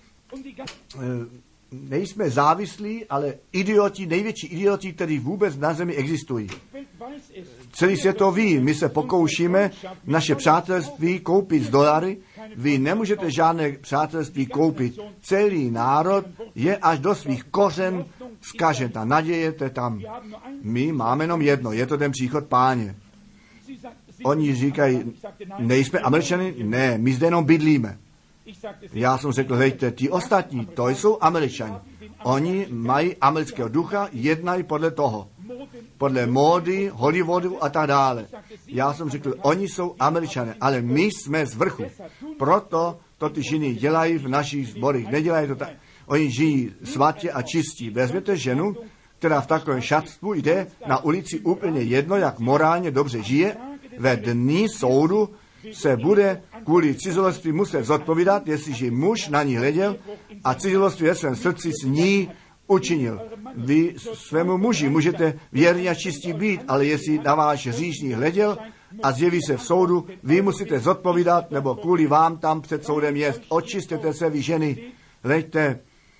nejsme závislí, ale idioti, největší idioti, kteří vůbec na zemi existují. Celý svět to ví, my se pokoušíme naše přátelství koupit z dolary, vy nemůžete žádné přátelství koupit. Celý národ je až do svých kořen zkažen. Ta naděje je tam. My máme jenom jedno, je to ten příchod Páně. Oni říkají, nejsme Američany? Ne, my zde jenom bydlíme. Já jsem řekl, hejte, ti ostatní, to jsou Američani. Oni mají amerického ducha, jednají podle toho. Podle módy, Hollywoodu a tak dále. Já jsem řekl, oni jsou Američané, ale my jsme z vrchu. Proto to ty ženy dělají v našich sborech. Nedělají to tak. Oni žijí svatě a čistí. Vezměte ženu, která v takovém šatstvu jde na ulici úplně jedno, jak morálně dobře žije, ve dní soudu se bude kvůli cizolosti muset zodpovídat, jestliže muž na ní hleděl a cizolosti ve svém srdci s ní učinil. Vy svému muži můžete věrně a čistí být, ale jestli na váš hříšný hleděl a zjeví se v soudu, vy musíte zodpovídat, nebo kvůli vám tam před soudem jest. Očistěte se, vy ženy, hleďte,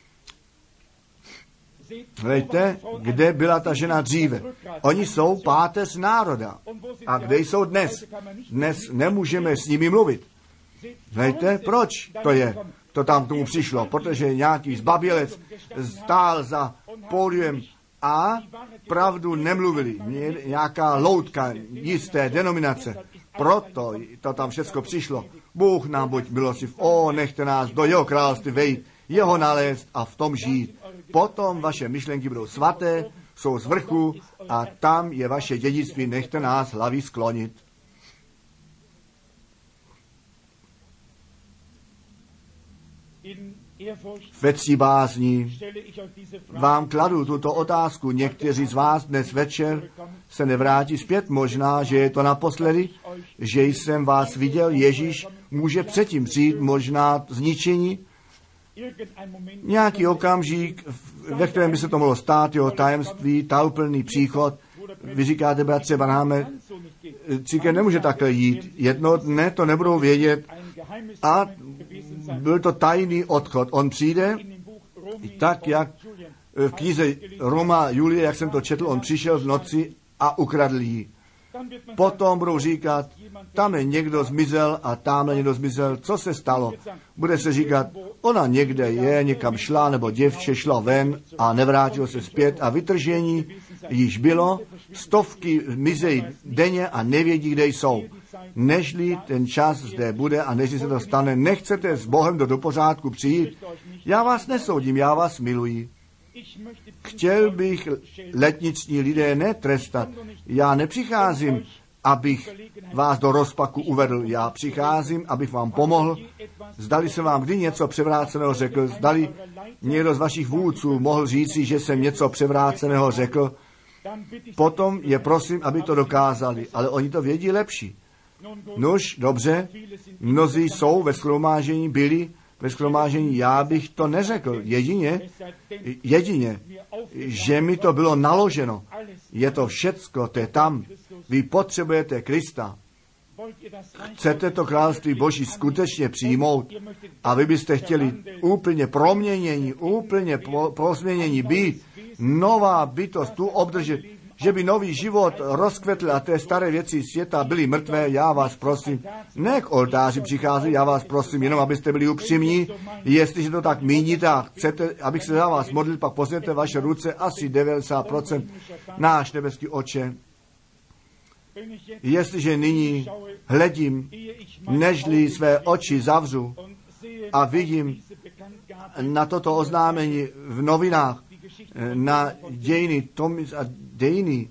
hleďte, kde byla ta žena dříve. Oni jsou páteř národa. A kde jsou dnes? Dnes nemůžeme s nimi mluvit. Hleďte, proč to je? To tam k tomu přišlo, protože nějaký zbabělec stál za pódiem a pravdu nemluvili. Nějaká loutka jisté denominace. Proto to tam všechno přišlo. Bůh nám buď milostiv. O, nechte nás do jeho království vejít, jeho nalézt a v tom žít. Potom vaše myšlenky budou svaté, jsou z vrchu a tam je vaše dědictví. Nechte nás hlavy sklonit. Ve cti bázní vám kladu tuto otázku. Někteří z vás dnes večer se nevrátí zpět. Možná, že je to naposledy, že jsem vás viděl. Ježíš může předtím přijít, možná zničení. Nějaký okamžik, ve kterém by se to mohlo stát, jeho tajemství, tajuplný příchod. Vy říkáte, bratře Branhame, církev nemůže takhle jít. Jedno dne to nebudou vědět a byl to tajný odchod. On přijde, tak jak v knize Roma Julie, jak jsem to četl, on přišel v noci a ukradl ji. Potom budou říkat, tam je někdo zmizel a tamhle někdo zmizel. Co se stalo? Bude se říkat, ona někde je, někam šla, nebo děvče šla ven a nevrátilo se zpět a vytržení již bylo. Stovky mizejí denně a nevědí, kde jsou. Nežli ten čas zde bude a nežli se to stane, nechcete s Bohem do, do pořádku přijít. Já vás nesoudím, já vás miluji. Chtěl bych letniční lidé netrestat. Já nepřicházím, abych vás do rozpaku uvedl. Já přicházím, abych vám pomohl. Zdali jsem vám kdy něco převráceného řekl, zdali někdo z vašich vůdců mohl říci, že jsem něco převráceného řekl, potom je prosím, aby to dokázali, ale oni to vědí lepší. Nož, dobře, mnozí jsou ve shromáždění, byli ve shromáždění, já bych to neřekl, jedině, jedině, že mi to bylo naloženo. Je to všecko, to je tam. Vy potřebujete Krista. Chcete to království Boží skutečně přijmout a vy byste chtěli úplně proměnění, úplně pozměnění být, nová bytost tu obdržet, že by nový život rozkvetl a té staré věci světa byly mrtvé, já vás prosím, ne k oltáři přichází, já vás prosím, jenom abyste byli upřímní, jestliže to tak míníte a chcete, abych se za vás modlil, pak pozvěte vaše ruce, asi devadesát procent, náš nebeský Otče. Jestliže nyní hledím, nežli své oči zavřu a vidím na toto oznámení v novinách, na dějiny Tomis a dějiny,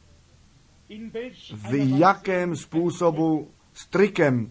v jakém způsobu s trikem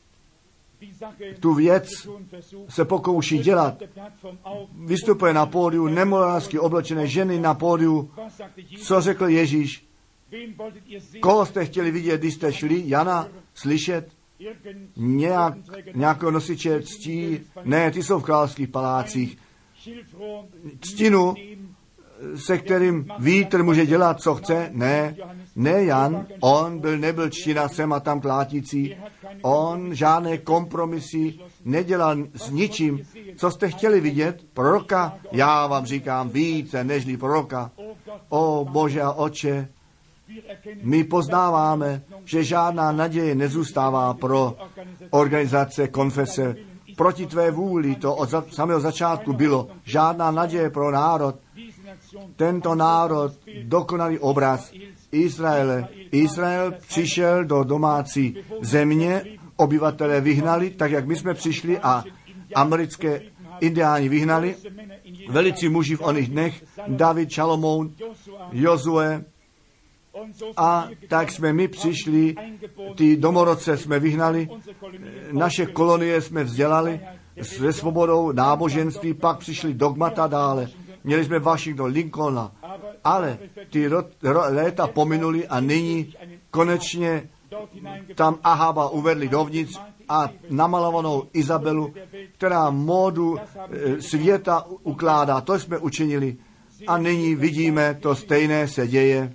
tu věc se pokouší dělat. Vystupuje na pódiu, nemorálsky oblečené ženy na pódiu. Co řekl Ježíš? Koho jste chtěli vidět, když jste šli? Jana slyšet? Nějak, nějakého nosiče ctí? Ne, ty jsou v královských palácích. Ctinu, se kterým vítr může dělat, co chce? Ne, ne Jan, on byl, nebyl čtina sem a tam klátící. On žádné kompromisy nedělal s ničím. Co jste chtěli vidět? Proroka? Já vám říkám více nežli proroka. O Bože a Otče, my poznáváme, že žádná naděje nezůstává pro organizace, konfese. Proti tvé vůli to od za, samého začátku bylo. Žádná naděje pro národ. Tento národ, dokonalý obraz Izraele. Izrael přišel do domácí země, obyvatelé vyhnali, tak jak my jsme přišli a americké indiáni vyhnali. Velicí muži v oných dnech, David, Šalomoun, Jozue, a tak jsme my přišli, ty domorodce jsme vyhnali, naše kolonie jsme vzdělali se svobodou náboženství, pak přišli dogmata dále. Měli jsme Washington, Lincolna, ale ty ro, ro, léta pominuli a nyní konečně tam Ahaba uvedli dovnitř a namalovanou Izabelu, která módu světa ukládá. To jsme učinili. A nyní vidíme, to stejné se děje.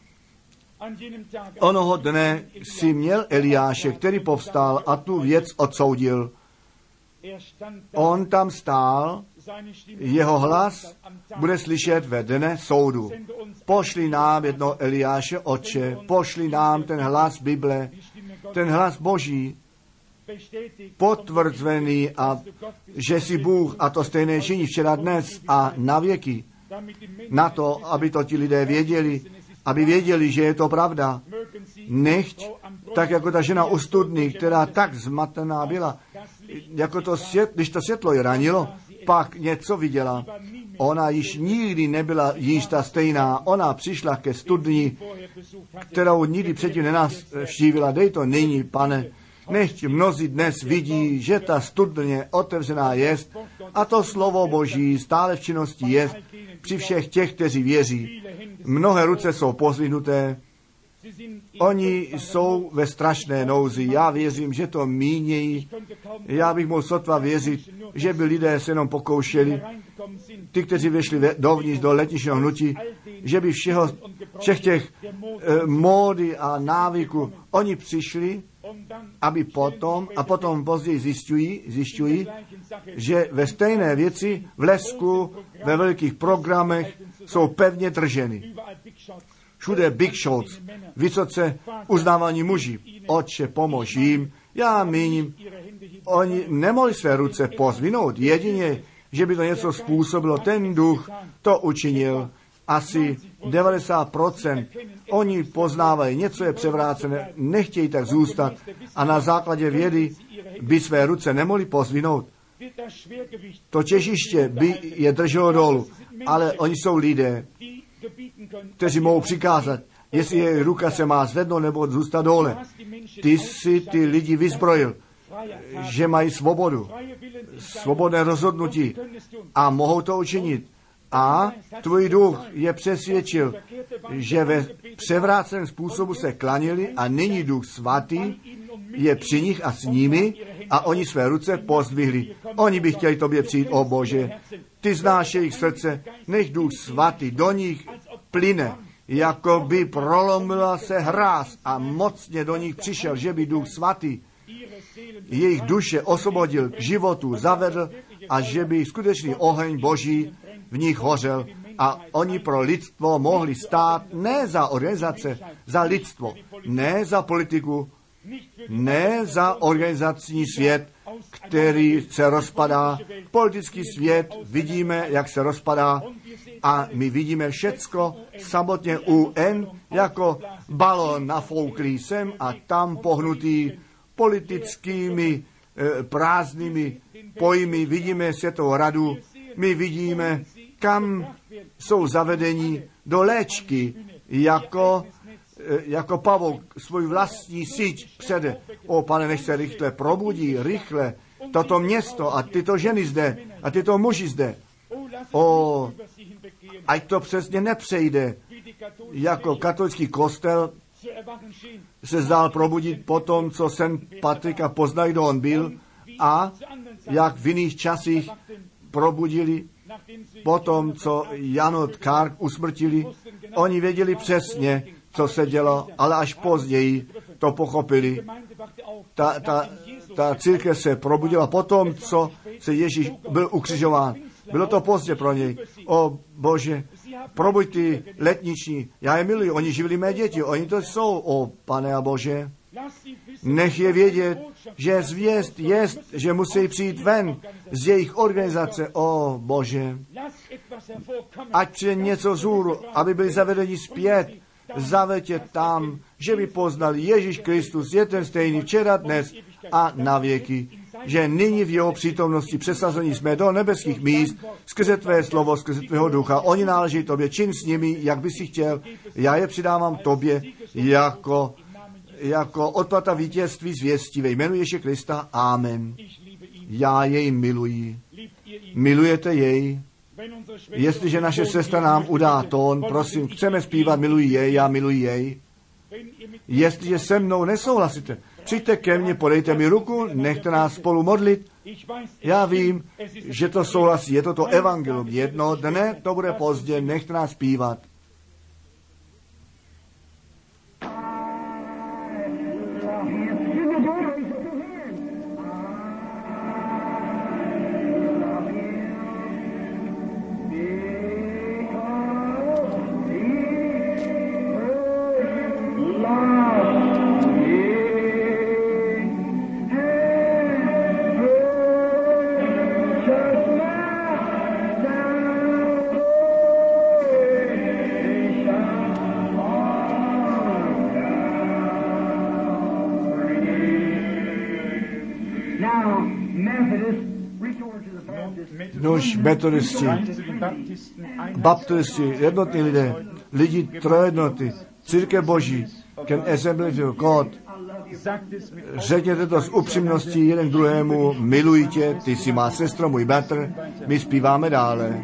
Onoho dne si měl Eliáše, který povstal a tu věc odsoudil. On tam stál, jeho hlas bude slyšet ve dne soudu. Pošli nám jedno Eliáše, Otče, pošli nám ten hlas Bible, ten hlas Boží, potvrzený, a že si Bůh a to stejné činí včera, dnes a na věky. Na to, aby to ti lidé věděli, aby věděli, že je to pravda. Nechť, tak jako ta žena u studny, která tak zmatená byla, jako to svět, když to světlo ji ranilo, pak něco viděla. Ona již nikdy nebyla již ta stejná. Ona přišla ke studni, kterou nikdy předtím nenavštívila. Dej to nyní, Pane. Nechť mnozí dnes vidí, že ta studně otevřená jest a to slovo Boží stále v činnosti jest při všech těch, kteří věří. Mnohé ruce jsou pozvihnuté. Oni jsou ve strašné nouzi. Já věřím, že to mínějí. Já bych mohl sotva věřit, že by lidé se jenom pokoušeli, ty, kteří vešli dovnitř do letničního hnutí, že by všeho, všech těch e, módy a návyku, oni přišli, aby potom, a potom později zjišťují, zjišťují, že ve stejné věci v lesku, ve velkých programech jsou pevně drženy. Všude big shots, vysoce uznávaní muži. Otče, pomož jim. Já míním, oni nemohli své ruce pozvinout, jedině, že by to něco způsobilo. Ten duch to učinil. Asi devadesát procent. Oni poznávají, něco je převrácené, nechtějí tak zůstat a na základě vědy by své ruce nemohli pozvinout. To těžiště by je drželo dolů, ale oni jsou lidé, kteří mohou přikázat, jestli je ruka se má zvednout nebo zůstat dole. Ty si ty lidi vyzbrojil, že mají svobodu, svobodné rozhodnutí a mohou to učinit. A tvůj duch je přesvědčil, že ve převráceném způsobu se klanili a nyní Duch Svatý je při nich a s nimi a oni své ruce pozdvihli. Oni by chtěli tobě přijít, o Bože. Ty znáš jejich srdce, nech Duch Svatý do nich plyne, jako by prolomila se hráz a mocně do nich přišel, že by Duch Svatý jejich duše osvobodil k životu, zavedl a že by skutečný oheň Boží v nich hořel a oni pro lidstvo mohli stát ne za organizace, za lidstvo, ne za politiku, ne za organizační svět, který se rozpadá. Politický svět vidíme, jak se rozpadá a my vidíme všecko samotně U N jako balon nafouklý sem a tam pohnutý politickými e, prázdnými pojmy. Vidíme světovou radu, my vidíme, kam jsou zavedení do léčky, jako, jako pavouk svůj vlastní síť přede. O, Pane, nech se rychle probudí, rychle, toto město a tyto ženy zde a tyto muži zde. O, ať to přesně nepřejde, jako katolický kostel se zdál probudit po tom, co Saint Patrika poznají, kdo on byl, a jak v jiných časích probudili po tom, co Janot Kark usmrtili. Oni věděli přesně, co se dělo, ale až později to pochopili. Ta, ta, ta církev se probudila po tom, co se Ježíš byl ukřižován. Bylo to pozdě pro něj. O Bože, probuď ty letniční. Já je miluji, oni živili mé děti, oni to jsou, o Pane a Bože. Nech je vědět, že zvěst jest, že musí přijít ven z jejich organizace, o Bože. Ať přijde něco zůru, aby byli zavedeni zpět, zaveďte tam, že by poznali Ježíš Kristus je ten stejný včera, dnes a na věky. Že nyní v jeho přítomnosti přesazení jsme do nebeských míst, skrze tvé slovo, skrze tvého ducha. Oni náleží tobě, čin s nimi, jak bys si chtěl. Já je přidávám tobě jako, jako odplata vítězství zvěstí ve jménu Ježíše Krista. Amen. Já jej miluji. Milujete jej? Jestliže naše sestra nám udá tón, prosím, chceme zpívat, miluji jej, já miluji jej. Jestliže se mnou nesouhlasíte, přijďte ke mně, podejte mi ruku, nechte nás spolu modlit. Já vím, že to souhlasí, je to to evangelium. Jednoho dne to bude pozdě, nechte nás zpívat. Nož metodisti, baptisti, jednotní lidé, lidi trojednoty, církev Boží, can assembly of God. Řekněte to s upřímností jeden druhému, miluji tě, ty jsi má sestro, můj bratr, my zpíváme dále.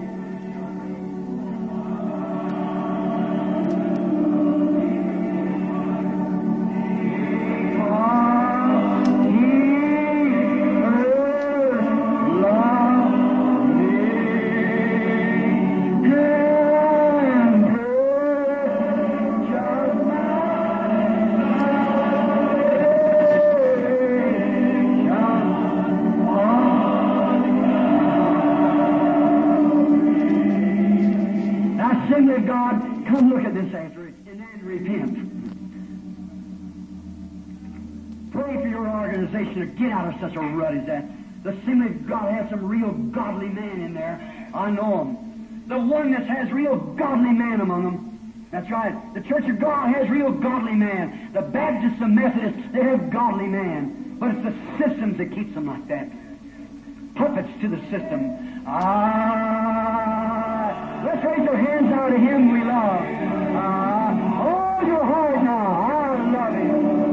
Such a rut as that. The Assembly of God has some real godly men in there. I know them. The oneness has real godly men among them. That's right. The Church of God has real godly men. The Baptists and Methodists, they have godly men. But it's the systems that keeps them like that. Puppets to the system. Ah, let's raise our hands out to Him we love. Ah, hold your heart now. I love Him.